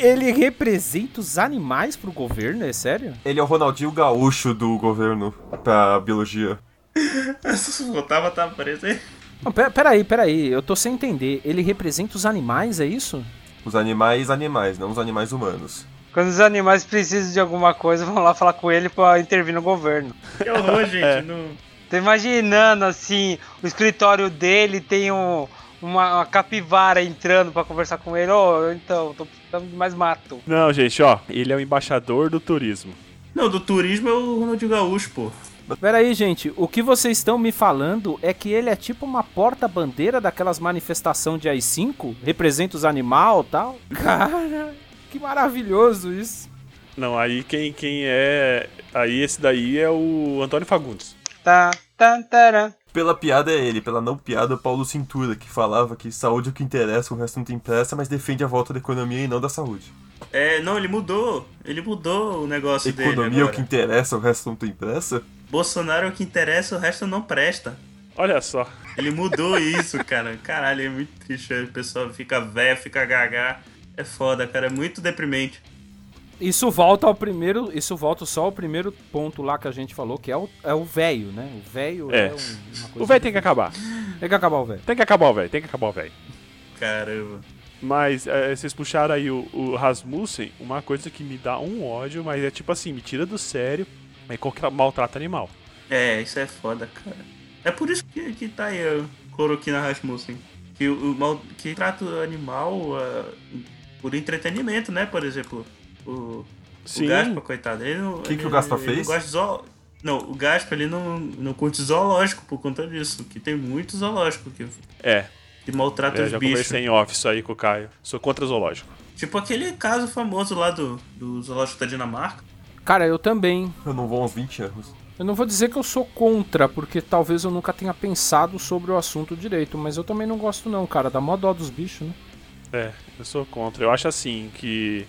os animais pro governo, é sério? Ele é o Ronaldinho Gaúcho do governo pra biologia. Voltava, tá preso aí. Não, peraí, eu tô sem entender. Ele representa os animais, é isso? Os animais, não os animais humanos. Quando os animais precisam de alguma coisa, vão lá falar com ele pra intervir no governo. Que horror, gente, não... Tô imaginando, assim, o escritório dele tem uma capivara entrando pra conversar com ele. Então, tô precisando de mais mato. Não, gente, ele é o embaixador do turismo. Não, do turismo é o Ronaldinho Gaúcho, pô. Peraí, gente, o que vocês estão me falando é que ele é tipo uma porta-bandeira daquelas manifestações de AI-5? Representa os animais e tal? Cara, que maravilhoso isso. Não, aí quem é... Aí esse daí é o Antônio Fagundes. Pela piada é ele, pela não piada é o Paulo Cintura, que falava que saúde é o que interessa, o resto não tem pressa, mas defende a volta da economia e não da saúde. Não, ele mudou o negócio dele agora. Economia é o que interessa, o resto não tem pressa? Bolsonaro é o que interessa, o resto não presta. Olha só. Ele mudou isso, cara. Caralho, é muito triste, o pessoal fica velho, fica gaga. É foda, cara, é muito deprimente. Isso volta só ao primeiro ponto lá que a gente falou, que é o velho, né? O velho uma coisa. O velho tem que acabar. Tem que acabar o velho. Tem que acabar o velho. Caramba. Mas vocês puxaram aí o Rasmussen, uma coisa que me dá um ódio, mas é tipo assim, me tira do sério, é qualquer maltrato animal. É, isso é foda, cara. É por isso que tá aí a cloroquina Rasmussen. Que trata o animal por entretenimento, né? Por exemplo, o Gaspa, coitado. Ele não, O que o Gaspa fez? Não, o Gaspa ele não curte zoológico por conta disso. Que tem muito zoológico que maltrata os já bichos. conversei em off isso aí com o Caio. Sou contra zoológico. Tipo aquele caso famoso lá do zoológico da Dinamarca. Cara, eu também. Eu não vou há uns 20 anos. Eu não vou dizer que eu sou contra, porque talvez eu nunca tenha pensado sobre o assunto direito, mas eu também não gosto não, cara. Dá mó dó dos bichos, né? Eu sou contra. Eu acho assim que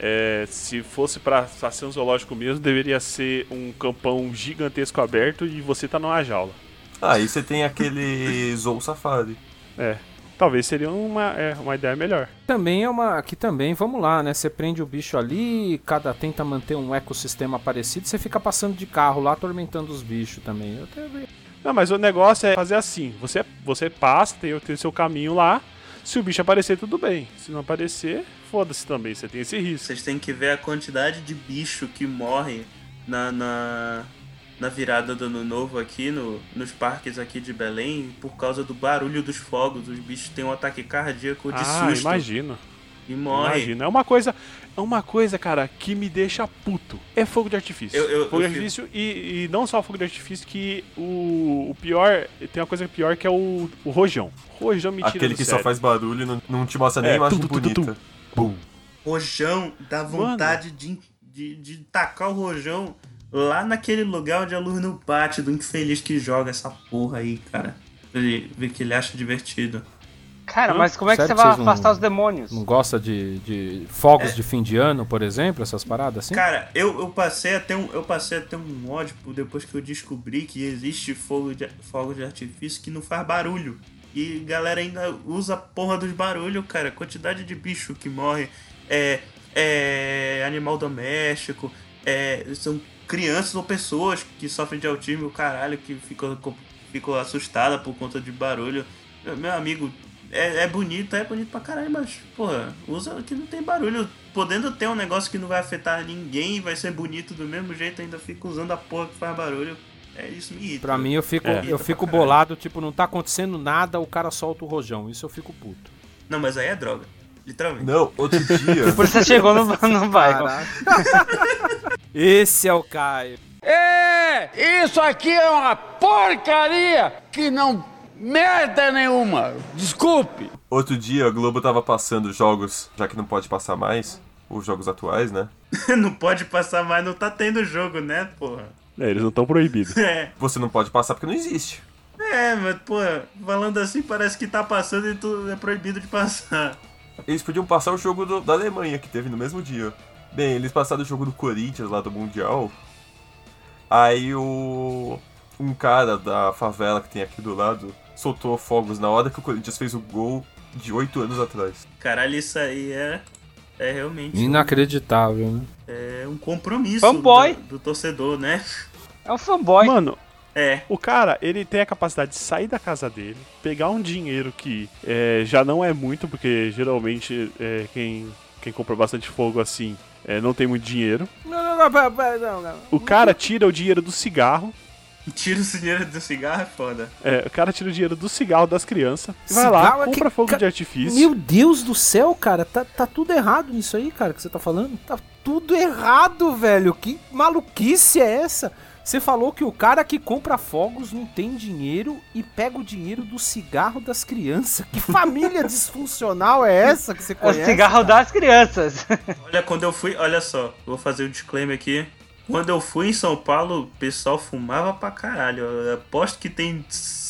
se fosse pra ser um zoológico mesmo, deveria ser um campão gigantesco aberto e você tá numa jaula. Aí você tem aquele Zoo Safari. Talvez seria uma ideia melhor. Também aqui também, vamos lá, né? Você prende o bicho ali, tenta manter um ecossistema parecido, você fica passando de carro lá, atormentando os bichos também. Eu até vejo. Não, mas o negócio é fazer assim. Você passa, tem o seu caminho lá. Se o bicho aparecer, tudo bem. Se não aparecer, foda-se também. Você tem esse risco. Vocês têm que ver a quantidade de bicho que morre na virada do ano novo aqui, nos parques aqui de Belém, por causa do barulho dos fogos. Os bichos têm um ataque cardíaco de susto. Imagino. E morrem. Imagino. É uma coisa, cara, que me deixa puto. É fogo de artifício. Fogo de artifício e não só fogo de artifício, que o pior... Tem uma coisa pior que é o rojão. O rojão me tira Aquele do que sério. só faz barulho e não te mostra nem imagem bonita. Bum. Rojão, dá vontade de tacar o rojão lá naquele lugar onde a luz não bate, do infeliz que joga essa porra aí, cara. Ele vê que ele acha divertido. Cara, mas como é que Sério você vai vocês afastar os demônios? Não gosta de fogos de fim de ano, por exemplo, essas paradas assim? Cara, eu passei a ter um ódio depois que eu descobri que existe fogo de artifício que não faz barulho. E galera ainda usa a porra dos barulhos, cara. A quantidade de bicho que morre animal doméstico, são crianças ou pessoas que sofrem de autismo, caralho, que ficou assustada por conta de barulho. Meu amigo, é bonito pra caralho, mas, porra, usa que não tem barulho. Podendo ter um negócio que não vai afetar ninguém e vai ser bonito do mesmo jeito, ainda fica usando a porra que faz barulho. Isso me irrita. Pra mim, eu fico bolado, tipo, não tá acontecendo nada, o cara solta o rojão. Isso eu fico puto. Não, mas aí é droga. Literalmente. Não, outro dia... Por isso você chegou no bairro. Esse é o Caio. Isso aqui é uma porcaria que não... merda nenhuma. Desculpe. Outro dia, a Globo tava passando jogos, já que não pode passar mais, os jogos atuais, né? Não pode passar mais, não tá tendo jogo, né, porra? Eles não estão proibidos. Você não pode passar porque não existe. Mas, porra, falando assim, parece que tá passando e tudo é proibido de passar. Eles podiam passar o jogo da Alemanha, que teve no mesmo dia. Bem, eles passaram o jogo do Corinthians lá do Mundial. Aí um cara da favela que tem aqui do lado soltou fogos na hora que o Corinthians fez o gol de 8 anos atrás. Caralho, isso aí é realmente... Inacreditável, né? É um compromisso fanboy do torcedor, né? É um fanboy. Mano, o cara, ele tem a capacidade de sair da casa dele, pegar um dinheiro que já não é muito, porque geralmente quem compra bastante fogo assim não tem muito dinheiro. Não. O cara tira o dinheiro do cigarro. Tira o dinheiro do cigarro é foda. O cara tira o dinheiro do cigarro das crianças. Vai lá, compra fogo de artifício. Meu Deus do céu, cara. Tá tudo errado nisso aí, cara, que você tá falando. Tá tudo errado, velho. Que maluquice é essa? Você falou que o cara que compra fogos não tem dinheiro e pega o dinheiro do cigarro das crianças. Que família disfuncional é essa que você conhece? É o cigarro das crianças. Olha, quando eu fui... Olha só, vou fazer um disclaimer aqui. Quando eu fui em São Paulo, o pessoal fumava pra caralho. Eu aposto que tem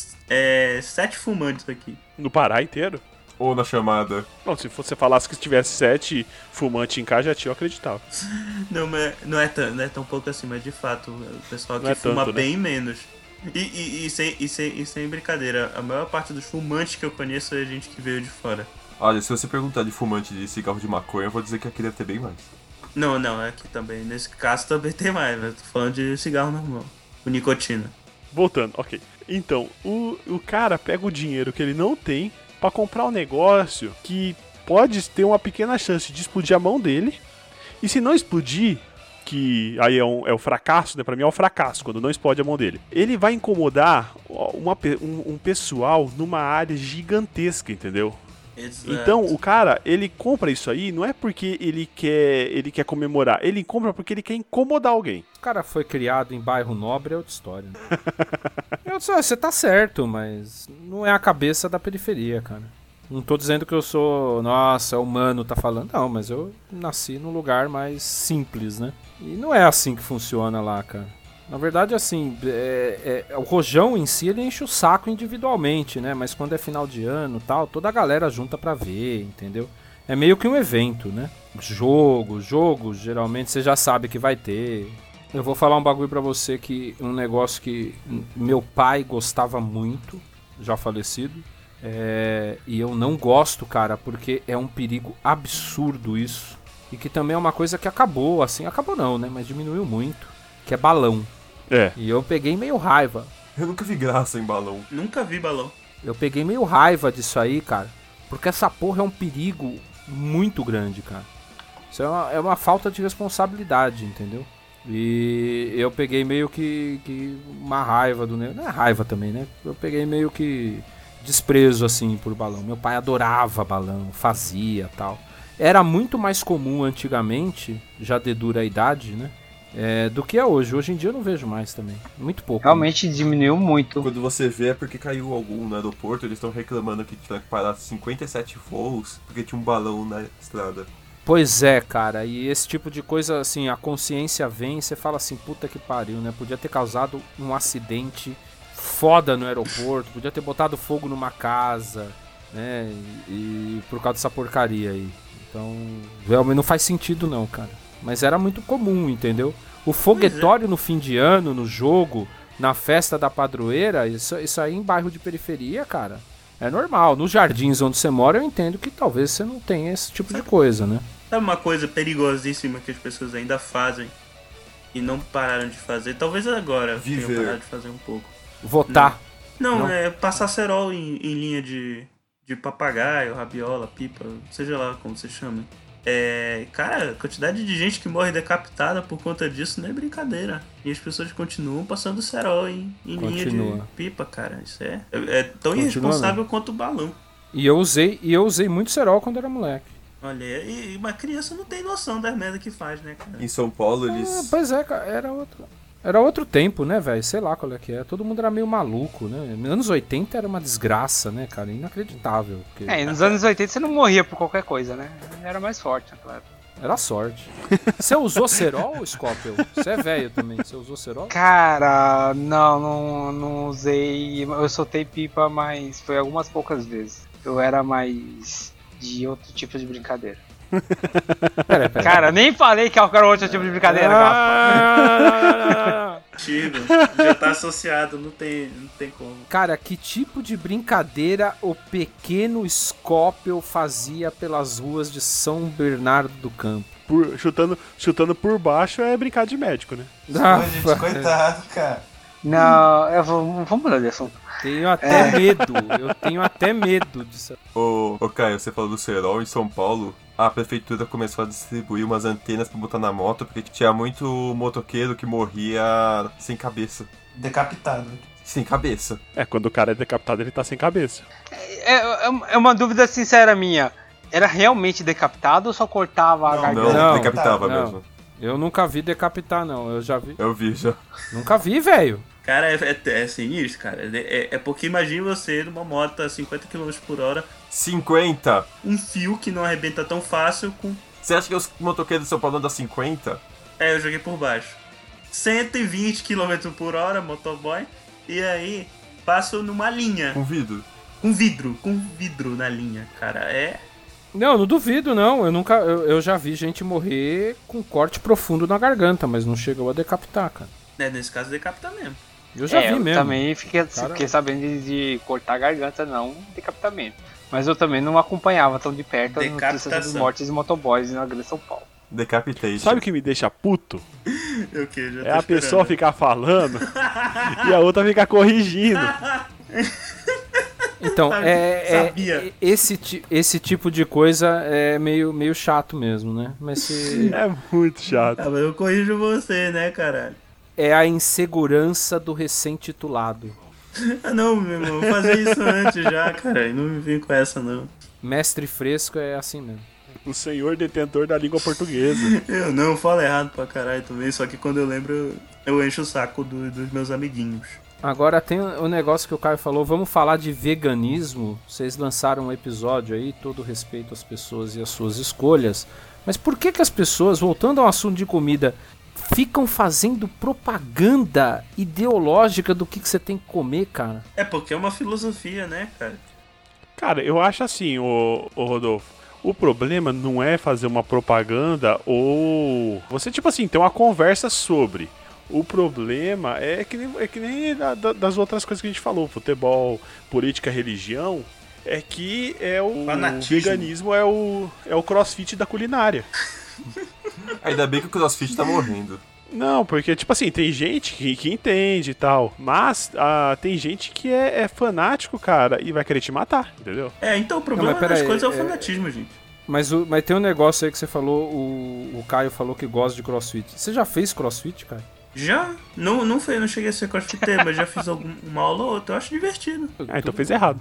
7 fumantes aqui. No Pará inteiro? Ou na chamada? Não, se você falasse que tivesse 7 fumantes em casa, já eu acreditava. Não, mas não é tão pouco assim, mas de fato, o pessoal aqui fuma tanto, bem menos. E sem brincadeira, a maior parte dos fumantes que eu conheço é gente que veio de fora. Olha, se você perguntar de fumante de cigarro de maconha, eu vou dizer que aqui deve ter bem mais. Não, aqui também. Nesse caso também tem mais, mas tô falando de cigarro normal. Com nicotina. Voltando, ok. Então, o cara pega o dinheiro que ele não tem pra comprar um negócio que pode ter uma pequena chance de explodir a mão dele. E se não explodir, que aí é o fracasso, né? Pra mim é o fracasso, quando não explode a mão dele. Ele vai incomodar um pessoal numa área gigantesca, entendeu? Exato. Então, o cara, ele compra isso aí, não é porque ele quer comemorar, ele compra porque ele quer incomodar alguém. O cara foi criado em bairro nobre, é outra história. Né? Você tá certo, mas não é a cabeça da periferia, cara. Não tô dizendo que eu sou, nossa, humano, tá falando. Não, mas eu nasci num lugar mais simples, né? E não é assim que funciona lá, cara. Na verdade, assim, o rojão em si, ele enche o saco individualmente, né? Mas quando é final de ano e tal, toda a galera junta pra ver, entendeu? É meio que um evento, né? Jogos, geralmente você já sabe que vai ter. Eu vou falar um bagulho pra você que um negócio que meu pai gostava muito, já falecido. E eu não gosto, cara, porque é um perigo absurdo isso. E que também é uma coisa que acabou, assim, acabou não, né? Mas diminuiu muito, que é balão. E eu peguei meio raiva. Eu nunca vi graça em balão. Nunca vi balão. Eu peguei meio raiva disso aí, cara. Porque essa porra é um perigo muito grande, cara. Isso é uma falta de responsabilidade, entendeu? E eu peguei meio que uma raiva do negócio. Não é raiva também, né? Eu peguei meio que desprezo, assim, por balão. Meu pai adorava balão, fazia tal. Era muito mais comum antigamente, já dedura a idade, né? Do que é hoje. Hoje em dia eu não vejo mais também. Muito pouco. Realmente diminuiu muito. Quando você vê é porque caiu algum no aeroporto, eles estão reclamando que tinha que parar 57 voos porque tinha um balão na estrada. Pois é, cara. E esse tipo de coisa, assim, a consciência vem e você fala assim, puta que pariu, né? Podia ter causado um acidente foda no aeroporto, podia ter botado fogo numa casa, né? E por causa dessa porcaria aí. Então, realmente não faz sentido não, cara. Mas era muito comum, entendeu? O foguetório no fim de ano, no jogo, na festa da padroeira, isso aí em bairro de periferia, cara, é normal. Nos jardins onde você mora, eu entendo que talvez você não tenha esse tipo de coisa, né? Sabe uma coisa perigosíssima que as pessoas ainda fazem e não pararam de fazer? Talvez agora tenham parado de fazer um pouco. Votar. Não, é passar cerol em linha de papagaio, rabiola, pipa, seja lá como você chama. Cara, a quantidade de gente que morre decapitada por conta disso não é brincadeira. E as pessoas continuam passando cerol em linha de pipa, cara. Isso é tão irresponsável quanto o balão. E eu usei muito cerol quando era moleque. Olha, e uma criança não tem noção das merda que faz, né, cara? Em São Paulo eles... Pois é, cara, era outro tempo, né, velho? Sei lá qual é que é. Todo mundo era meio maluco, né? Nos anos 80 era uma desgraça, né, cara? Inacreditável. Porque... nos anos 80 você não morria por qualquer coisa, né? Era mais forte, claro. Era sorte. Você usou cerol, Scorpio? Você é velho também. Você usou cerol? Cara, não usei. Eu soltei pipa, mas foi algumas poucas vezes. Eu era mais de outro tipo de brincadeira. Pera. Cara, nem falei que era outro tipo de brincadeira, Gaspar. Antigo, já tá associado, não tem como. Cara, que tipo de brincadeira o pequeno Scorpio fazia pelas ruas de São Bernardo do Campo? Chutando por baixo é brincar de médico, né? Gente, coitado, cara. Não, vamos mudar de assunto. Tenho até medo disso. Ô Caio, você falou do cerol em São Paulo. A prefeitura começou a distribuir umas antenas pra botar na moto, porque tinha muito motoqueiro que morria sem cabeça. Decapitado. Sem cabeça. Quando o cara é decapitado, ele tá sem cabeça. É uma dúvida sincera minha. Era realmente decapitado ou só cortava a garganta? Não, decapitava mesmo. Eu nunca vi decapitar, não. Eu já vi. Eu vi, já. Nunca vi, velho. Cara, é sinistro, cara. É porque imagine você numa moto a 50 km por hora. 50? Um fio que não arrebenta tão fácil com... Você acha que os motoqueiros de São Paulo andam 50? Eu joguei por baixo. 120 km por hora, motoboy. E aí, passo numa linha. Com vidro? Com vidro na linha, cara. Não duvido, não. Eu já vi gente morrer com corte profundo na garganta, mas não chegou a decapitar, cara. Nesse caso, decapita mesmo. Eu já vi mesmo. Eu também fiquei sabendo de cortar a garganta, não decapitamento. Mas eu também não acompanhava tão de perto as notícias das mortes de motoboys na Grande São Paulo. Decapitation. Sabe o que me deixa puto? O que? Já tô É a esperando. pessoa ficar falando e a outra ficar corrigindo. Então, Sabia. esse tipo de coisa é meio chato mesmo, né? Mas É muito chato. Ah, mas eu corrijo você, né, caralho? é a insegurança do recém-titulado. Ah, não, meu irmão, vou fazer isso antes já, cara. E não me vem com essa, não. Mestre fresco é assim mesmo. O senhor detentor da língua portuguesa. Eu não falo errado pra caralho também, só que quando eu lembro, eu encho o saco dos meus amiguinhos. Agora tem o negócio que o Caio falou, vamos falar de veganismo. Vocês lançaram um episódio aí, todo respeito às pessoas e às suas escolhas. Mas por que as pessoas, voltando ao assunto de comida, ficam fazendo propaganda ideológica do que você tem que comer, cara? É porque é uma filosofia, né, cara? Cara, eu acho assim, ô Rodolfo. O problema não é fazer uma propaganda ou você, tipo assim, ter uma conversa sobre. O problema é que nem das outras coisas que a gente falou, futebol, política, religião, é que o Fanatismo. veganismo é o crossfit da culinária. Ainda bem que o CrossFit tá morrendo. Não, porque, tipo assim, tem gente que entende e tal, mas tem gente que é fanático, cara, e vai querer te matar, entendeu? Então o problema mas das peraí, coisas é o fanatismo, gente. Mas tem um negócio aí que você falou, o Caio falou que gosta de crossfit. Você já fez crossfit, Caio? Já? Não cheguei a ser crossfiteiro, mas já fiz uma aula ou outra, eu acho divertido. Então fez errado.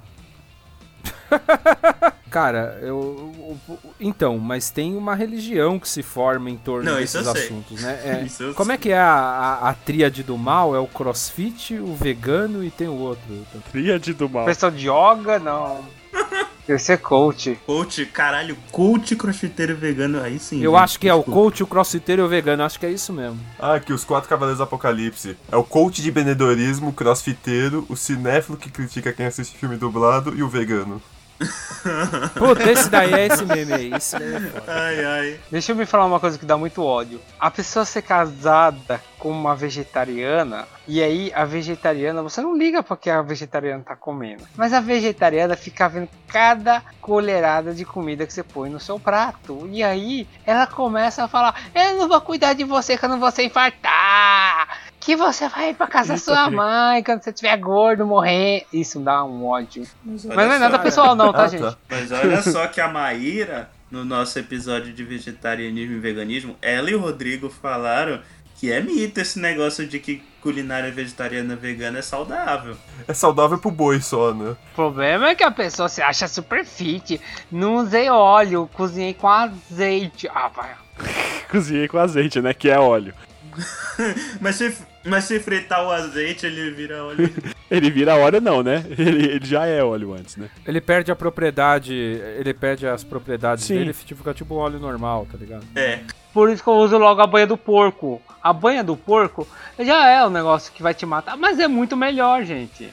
Cara, então, mas tem uma religião que se forma em torno Não, isso desses eu sei. assuntos, né? Isso eu Como é que é a tríade do mal? É o crossfit, o vegano e tem o outro. Tríade do mal. Pessoal de yoga, não. Deve ser coach. Coach crossfiteiro vegano, aí sim. Eu gente, acho que é o desculpa. coach, o crossfiteiro e o vegano, acho que é isso mesmo. Ah, aqui os 4 Cavaleiros do Apocalipse. É o coach de empreendedorismo, o crossfiteiro, o cinéfilo que critica quem assiste filme dublado e o vegano. Puta, esse daí é esse meme aí, esse daí é foda. Ai. Deixa eu me falar uma coisa que dá muito ódio. A pessoa ser casada com uma vegetariana, e aí a vegetariana, você não liga porque a vegetariana tá comendo. Mas a vegetariana fica vendo cada colherada de comida que você põe no seu prato. E aí ela começa a falar, eu não vou cuidar de você quando você infartar. Que você vai pra casa da sua mãe quando você tiver gordo, morrer. Isso dá um ódio. Mas não é nada pessoal não, tá, gente? Mas olha só que a Maíra, no nosso episódio de vegetarianismo e veganismo, ela e o Rodrigo falaram que é mito esse negócio de que culinária vegetariana e vegana é saudável. É saudável pro boi só, né? O problema é que a pessoa se acha super fit. Não usei óleo, cozinhei com azeite. Ah, vai. Cozinhei com azeite, né? Que é óleo. Mas se fritar o azeite, ele vira óleo. Ele vira óleo não, né? Ele já é óleo antes, né? Ele perde a propriedade, ele perde as propriedades Sim. dele, fica tipo um óleo normal, tá ligado? É. Por isso que eu uso logo a banha do porco. A banha do porco já é um negócio que vai te matar, mas é muito melhor, gente.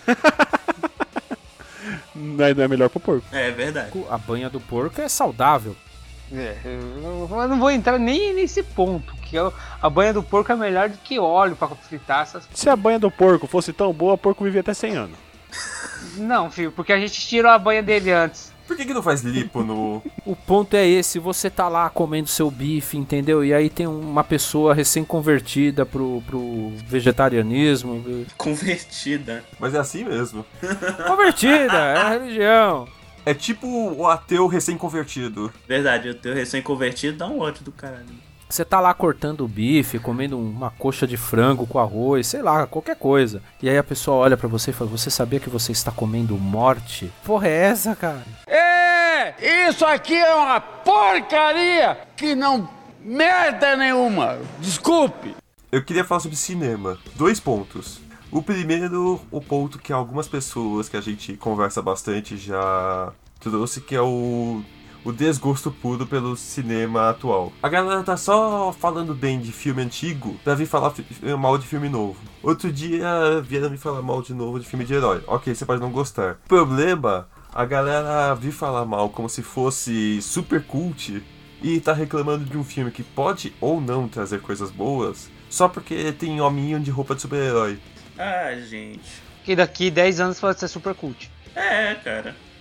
Não é melhor pro porco. É verdade. A banha do porco é saudável. Eu não vou entrar nem nesse ponto, que a banha do porco é melhor do que óleo pra fritar essas coisas. Se a banha do porco fosse tão boa, o porco vivia até 100 anos. Não, filho, porque a gente tirou a banha dele antes. Por que não faz lipo no... O ponto é esse, você tá lá comendo seu bife, entendeu? E aí tem uma pessoa recém-convertida pro vegetarianismo. Convertida. Mas é assim mesmo. Convertida, é a religião. É tipo o ateu recém-convertido. Verdade, o teu recém-convertido dá um ódio do caralho. Você tá lá cortando o bife, comendo uma coxa de frango com arroz, sei lá, qualquer coisa. E aí a pessoa olha pra você e fala, você sabia que você está comendo morte? Porra é essa, cara? Isso aqui é uma porcaria que não merda nenhuma. Desculpe. Eu queria falar sobre cinema. 2 pontos. O primeiro, o ponto que algumas pessoas que a gente conversa bastante já trouxe, que é o desgosto puro pelo cinema atual. A galera tá só falando bem de filme antigo pra vir falar mal de filme novo. Outro dia vieram me falar mal de novo de filme de herói. Ok, você pode não gostar. O problema, a galera vir falar mal como se fosse super cult e tá reclamando de um filme que pode ou não trazer coisas boas só porque tem hominho de roupa de super-herói. Ah, gente. Que daqui 10 anos pode ser super cult. É, cara.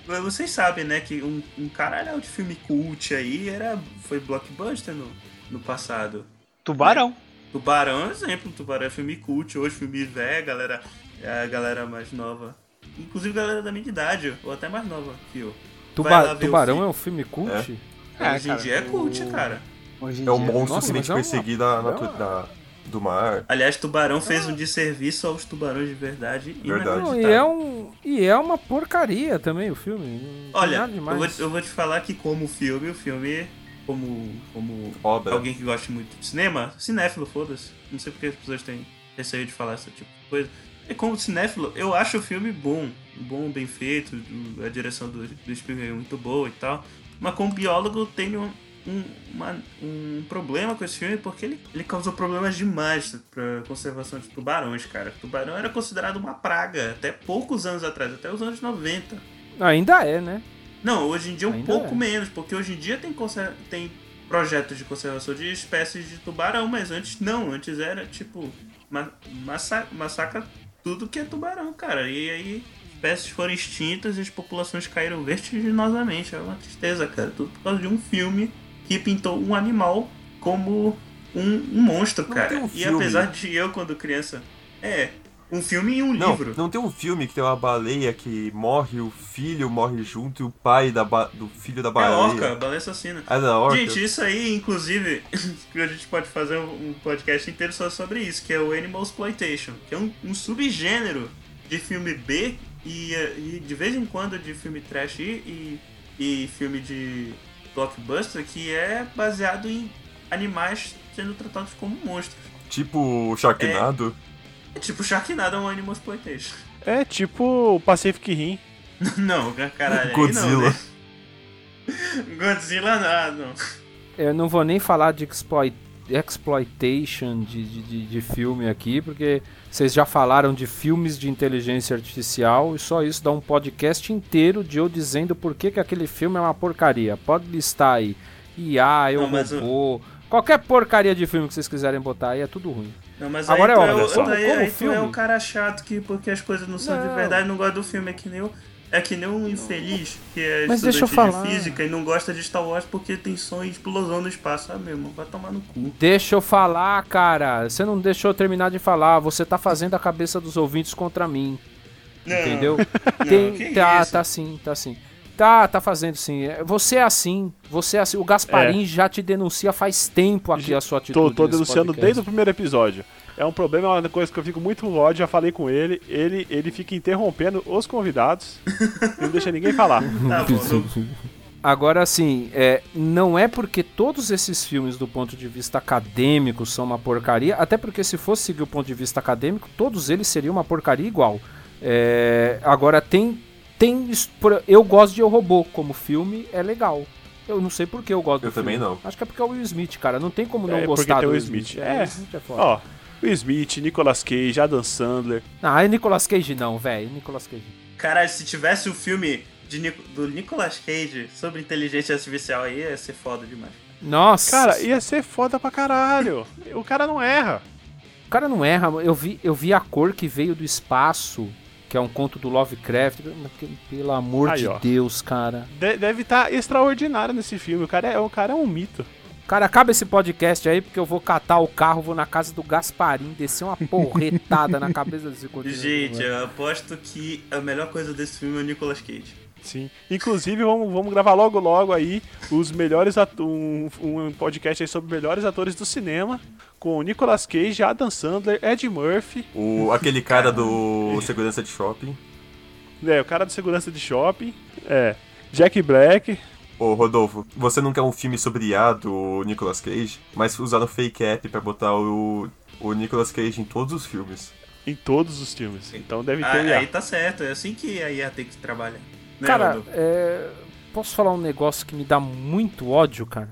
Vocês sabem, né, que um caralho de filme cult aí foi blockbuster no passado. Tubarão. Tubarão é um exemplo. Tubarão é filme cult. Hoje filme velho, a galera mais nova. Inclusive a galera da minha idade, ou até mais nova que eu. Tubarão é um filme cult? Hoje em dia é cult, cara. É um monstro que vem te perseguir do mar. Aliás, Tubarão fez um desserviço aos tubarões de verdade. Verdade. Não, e é uma porcaria também o filme. Olha, eu vou te falar que como filme, o filme, como obra. Alguém que gosta muito de cinema, cinéfilo, foda-se. Não sei porque as pessoas têm receio de falar esse tipo de coisa. E como cinéfilo, eu acho o filme bom, bem feito, a direção do Spielberg é muito boa e tal. Mas como biólogo, eu tenho um problema com esse filme porque ele causou problemas demais pra conservação de tubarões, cara. Tubarão era considerado uma praga até poucos anos atrás, até os anos 90. Ainda é, né? Não, hoje em dia um pouco menos, porque hoje em dia tem projetos de conservação de espécies de tubarão, mas antes não, antes era tipo massacra tudo que é tubarão, cara. E aí espécies foram extintas e as populações caíram vertiginosamente. É uma tristeza, cara. Tudo por causa de um filme que pintou um animal como um monstro, cara. E apesar de eu, quando criança... um filme e um livro. Não tem um filme que tem uma baleia que morre, o filho morre junto e o pai do filho da baleia. É a orca, a baleia assassina. Da orca. Gente, isso aí, inclusive, a gente pode fazer um podcast inteiro só sobre isso, que é o Animal Exploitation, que é um subgênero de filme B e de vez em quando de filme trash e filme de blockbuster que é baseado em animais sendo tratados como monstros. Tipo Sharknado? É tipo Sharknado, é um Animal Exploitation. É tipo Pacific Rim. Não, caralho. Godzilla. Aí não, né? Godzilla não. Eu não vou nem falar de exploitation de filme aqui, porque vocês já falaram de filmes de inteligência artificial e só isso dá um podcast inteiro de eu dizendo por que aquele filme é uma porcaria. Pode listar aí. IA, Robô, qualquer porcaria de filme que vocês quiserem botar aí é tudo ruim. Não, mas agora aí é óbvio, como tu é o cara chato que porque as coisas não são de verdade, não gosta do filme, é que nem um infeliz que é estudante de física e não gosta de Star Wars porque tem som e explosão no espaço, sabe, meu irmão? Vai tomar no cu. Deixa eu falar, cara. Você não deixou eu terminar de falar. Você tá fazendo a cabeça dos ouvintes contra mim. Não. Entendeu? Tá sim. Tá fazendo sim. Você é assim. O Gasparim já te denuncia faz tempo aqui a sua atitude. Tô denunciando desde o primeiro episódio. É um problema, é uma coisa que eu fico muito ódio, já falei com ele. Ele fica interrompendo os convidados e não deixa ninguém falar. Tá bom. Agora, assim, não é porque todos esses filmes do ponto de vista acadêmico são uma porcaria, até porque se fosse seguir o ponto de vista acadêmico, todos eles seriam uma porcaria igual. Agora, eu gosto de Eu, Robô como filme, é legal. Eu não sei por que eu gosto do filme. Eu também não. Acho que é porque é o Will Smith, cara. Não tem como não gostar do Will Smith. Will Smith é foda. Ó, Will Smith, Nicolas Cage, Adam Sandler. Ah, Nicolas Cage não, velho. Nicolas Cage. Caralho, se tivesse o filme do Nicolas Cage sobre inteligência artificial aí, ia ser foda demais. Nossa. Cara, ia ser foda pra caralho. O cara não erra. O cara não erra. Eu vi A Cor que Veio do Espaço, que é um conto do Lovecraft. Pelo amor de Deus, cara. Deve estar extraordinário nesse filme. O cara é um mito. Cara, acaba esse podcast aí, porque eu vou catar o carro, vou na casa do Gasparim, descer uma porretada na cabeça desse continente. Gente, eu aposto que a melhor coisa desse filme é o Nicolas Cage. Sim. Inclusive, vamos gravar logo aí os melhores um podcast aí sobre melhores atores do cinema, com o Nicolas Cage, Adam Sandler, Ed Murphy. Aquele cara do Segurança de Shopping. O cara do Segurança de Shopping. Jack Black. Ô, Rodolfo, você não quer um filme sobre IA do Nicolas Cage, mas usaram fake app pra botar o Nicolas Cage em todos os filmes. Em todos os filmes. Então deve ter IA. Aí tá certo, é assim que a IA tem que trabalhar. Né, cara, posso falar um negócio que me dá muito ódio, cara?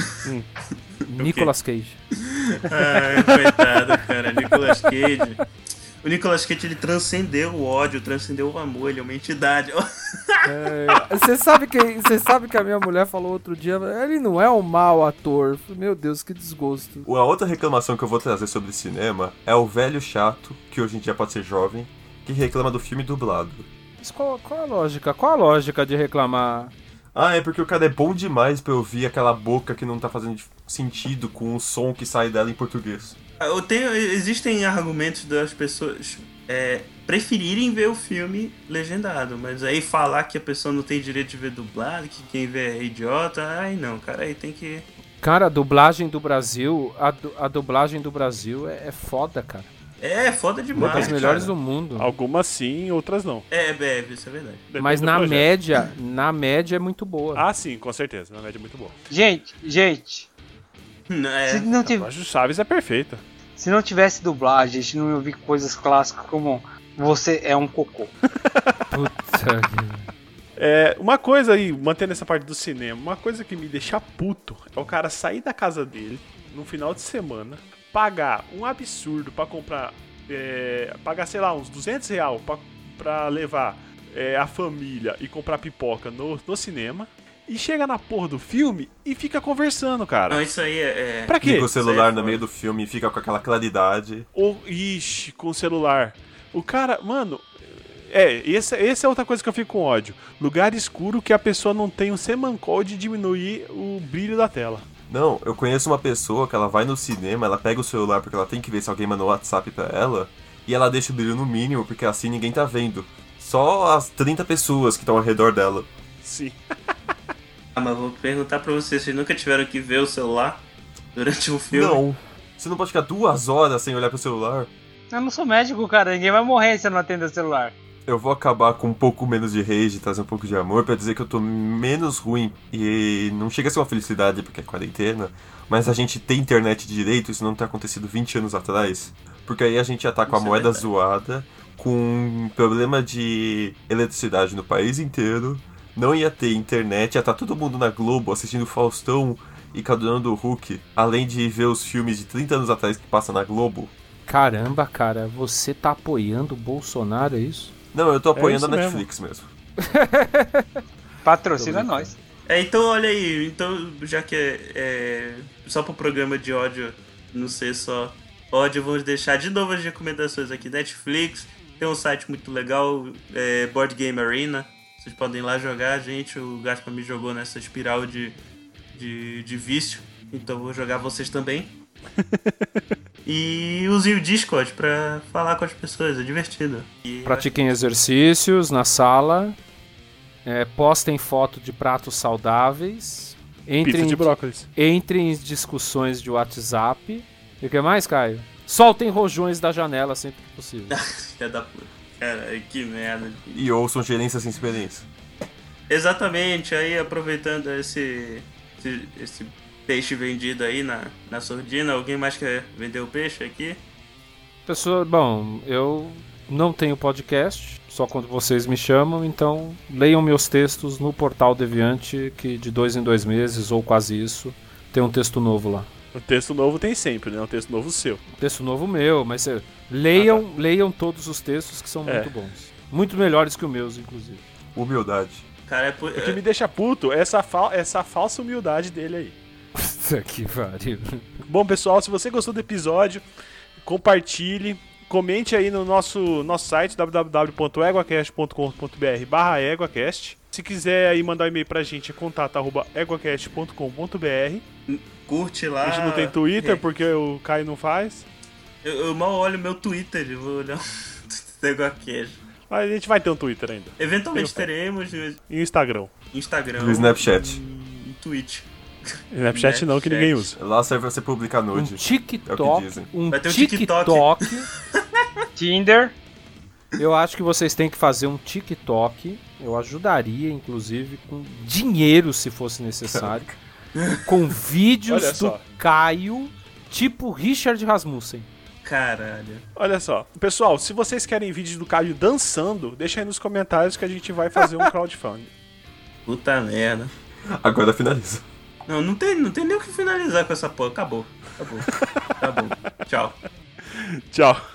Nicolas Cage. Ai, coitado, cara, Nicolas Cage. O Nicolas Cage, ele transcendeu o ódio, transcendeu o amor, ele é uma entidade. Você sabe que a minha mulher falou outro dia, ele não é um mau ator. Meu Deus, que desgosto. A outra reclamação que eu vou trazer sobre cinema é o velho chato, que hoje em dia pode ser jovem, que reclama do filme dublado. Mas qual a lógica? Qual a lógica de reclamar? Ah, é porque o cara é bom demais pra ouvir aquela boca que não tá fazendo sentido com o som que sai dela em português. Existem argumentos das pessoas preferirem ver o filme legendado, mas aí falar que a pessoa não tem direito de ver dublado, que quem vê é idiota, aí não, cara, aí tem que... Cara, a dublagem do Brasil, a dublagem do Brasil é foda, cara. É, foda demais, uma das melhores cara do mundo. Algumas sim, outras não. Isso é verdade. Depende Mas do na projeto. média é muito boa. Ah, sim, com certeza. Na média é muito boa. Gente, É, se não A voz do Chaves é perfeita. Se não tivesse dublagem, a gente não ia ouvir coisas clássicas como você é um cocô. Puta que... Uma coisa aí, mantendo essa parte do cinema, uma coisa que me deixa puto é o cara sair da casa dele no final de semana, pagar um absurdo pra comprar, pagar, sei lá, uns R$200 pra levar a família e comprar pipoca no cinema, e chega na porra do filme e fica conversando, cara. Não, isso aí é... Pra quê? Liga o celular no meio do filme e fica com aquela claridade. Ixi, com o celular. O cara, mano... essa é outra coisa que eu fico com ódio. Lugar escuro que a pessoa não tem um semancol de diminuir o brilho da tela. Não, eu conheço uma pessoa que ela vai no cinema, ela pega o celular porque ela tem que ver se alguém mandou WhatsApp pra ela, e ela deixa o brilho no mínimo, porque assim ninguém tá vendo. Só as 30 pessoas que estão ao redor dela. Sim. Mas vou perguntar pra vocês nunca tiveram que ver o celular durante um filme? Não. Você não pode ficar 2 horas sem olhar pro celular. Eu não sou médico, cara. Ninguém vai morrer se eu não atender o celular. Eu vou acabar com um pouco menos de rage, trazer um pouco de amor pra dizer que eu tô menos ruim. E não chega a ser uma felicidade porque é quarentena, mas a gente tem internet direito, isso não ter acontecido 20 anos atrás. Porque aí a gente já tá com a moeda zoada, com problema de eletricidade no país inteiro, não ia ter internet, ia estar todo mundo na Globo assistindo Faustão e Cadurando do Hulk, além de ver os filmes de 30 anos atrás que passam na Globo. Caramba, cara, você tá apoiando o Bolsonaro, é isso? Não, eu tô apoiando a isso Netflix mesmo. Patrocina nós. Então olha aí, então já que só pro programa de ódio não ser só ódio, eu vou deixar de novo as recomendações aqui. Netflix, tem um site muito legal, Board Game Arena, vocês podem ir lá jogar, gente, o Gaspar me jogou nessa espiral de vício, então vou jogar vocês também. E usem o Discord pra falar com as pessoas, é divertido. Pratiquem exercícios na sala, postem foto de pratos saudáveis, Pizza de brócolis. entrem em discussões de WhatsApp. E o que mais, Caio? Soltem rojões da janela sempre que possível. Filha da puta. Cara, que merda. E ouçam Gerência Sem Experiência. Exatamente, aí aproveitando esse peixe vendido aí na surdina, alguém mais quer vender o peixe aqui? Pessoal, bom, eu não tenho podcast, só quando vocês me chamam, então leiam meus textos no Portal Deviante, que de 2 em 2 meses, ou quase isso, tem um texto novo lá. O texto novo tem sempre, né? Um texto novo seu. Texto novo meu, mas leiam todos os textos que são muito bons. Muito melhores que os meus, inclusive. Humildade. Cara, O que me deixa puto é essa falsa humildade dele aí. Puta que pariu. Bom, pessoal, se você gostou do episódio, compartilhe, comente aí no nosso site www.eguacast.com.br/eguacast. Se quiser aí mandar um e-mail pra gente, é contato@eguacast.com.br. Curte lá. A gente não tem Twitter porque o Caio não faz. Eu mal olho meu Twitter, eu vou olhar o Eguacast. Mas a gente vai ter um Twitter ainda. Eventualmente teremos E o Instagram. Instagram. No Snapchat. E Twitch. Snapchat não, que ninguém usa. Lá serve pra você publicar Um nude. TikTok. É o que dizem. Vai ter um TikTok. Tinder. Eu acho que vocês têm que fazer um TikTok. Eu ajudaria, inclusive, com dinheiro, se fosse necessário. Com vídeos Olha do só. Caio, tipo Richard Rasmussen. Caralho. Olha só. Pessoal, se vocês querem vídeos do Caio dançando, deixa aí nos comentários que a gente vai fazer um crowdfunding. Puta merda. Agora finaliza. Não tem nem o que finalizar com essa porra. Acabou. Tchau. Tchau.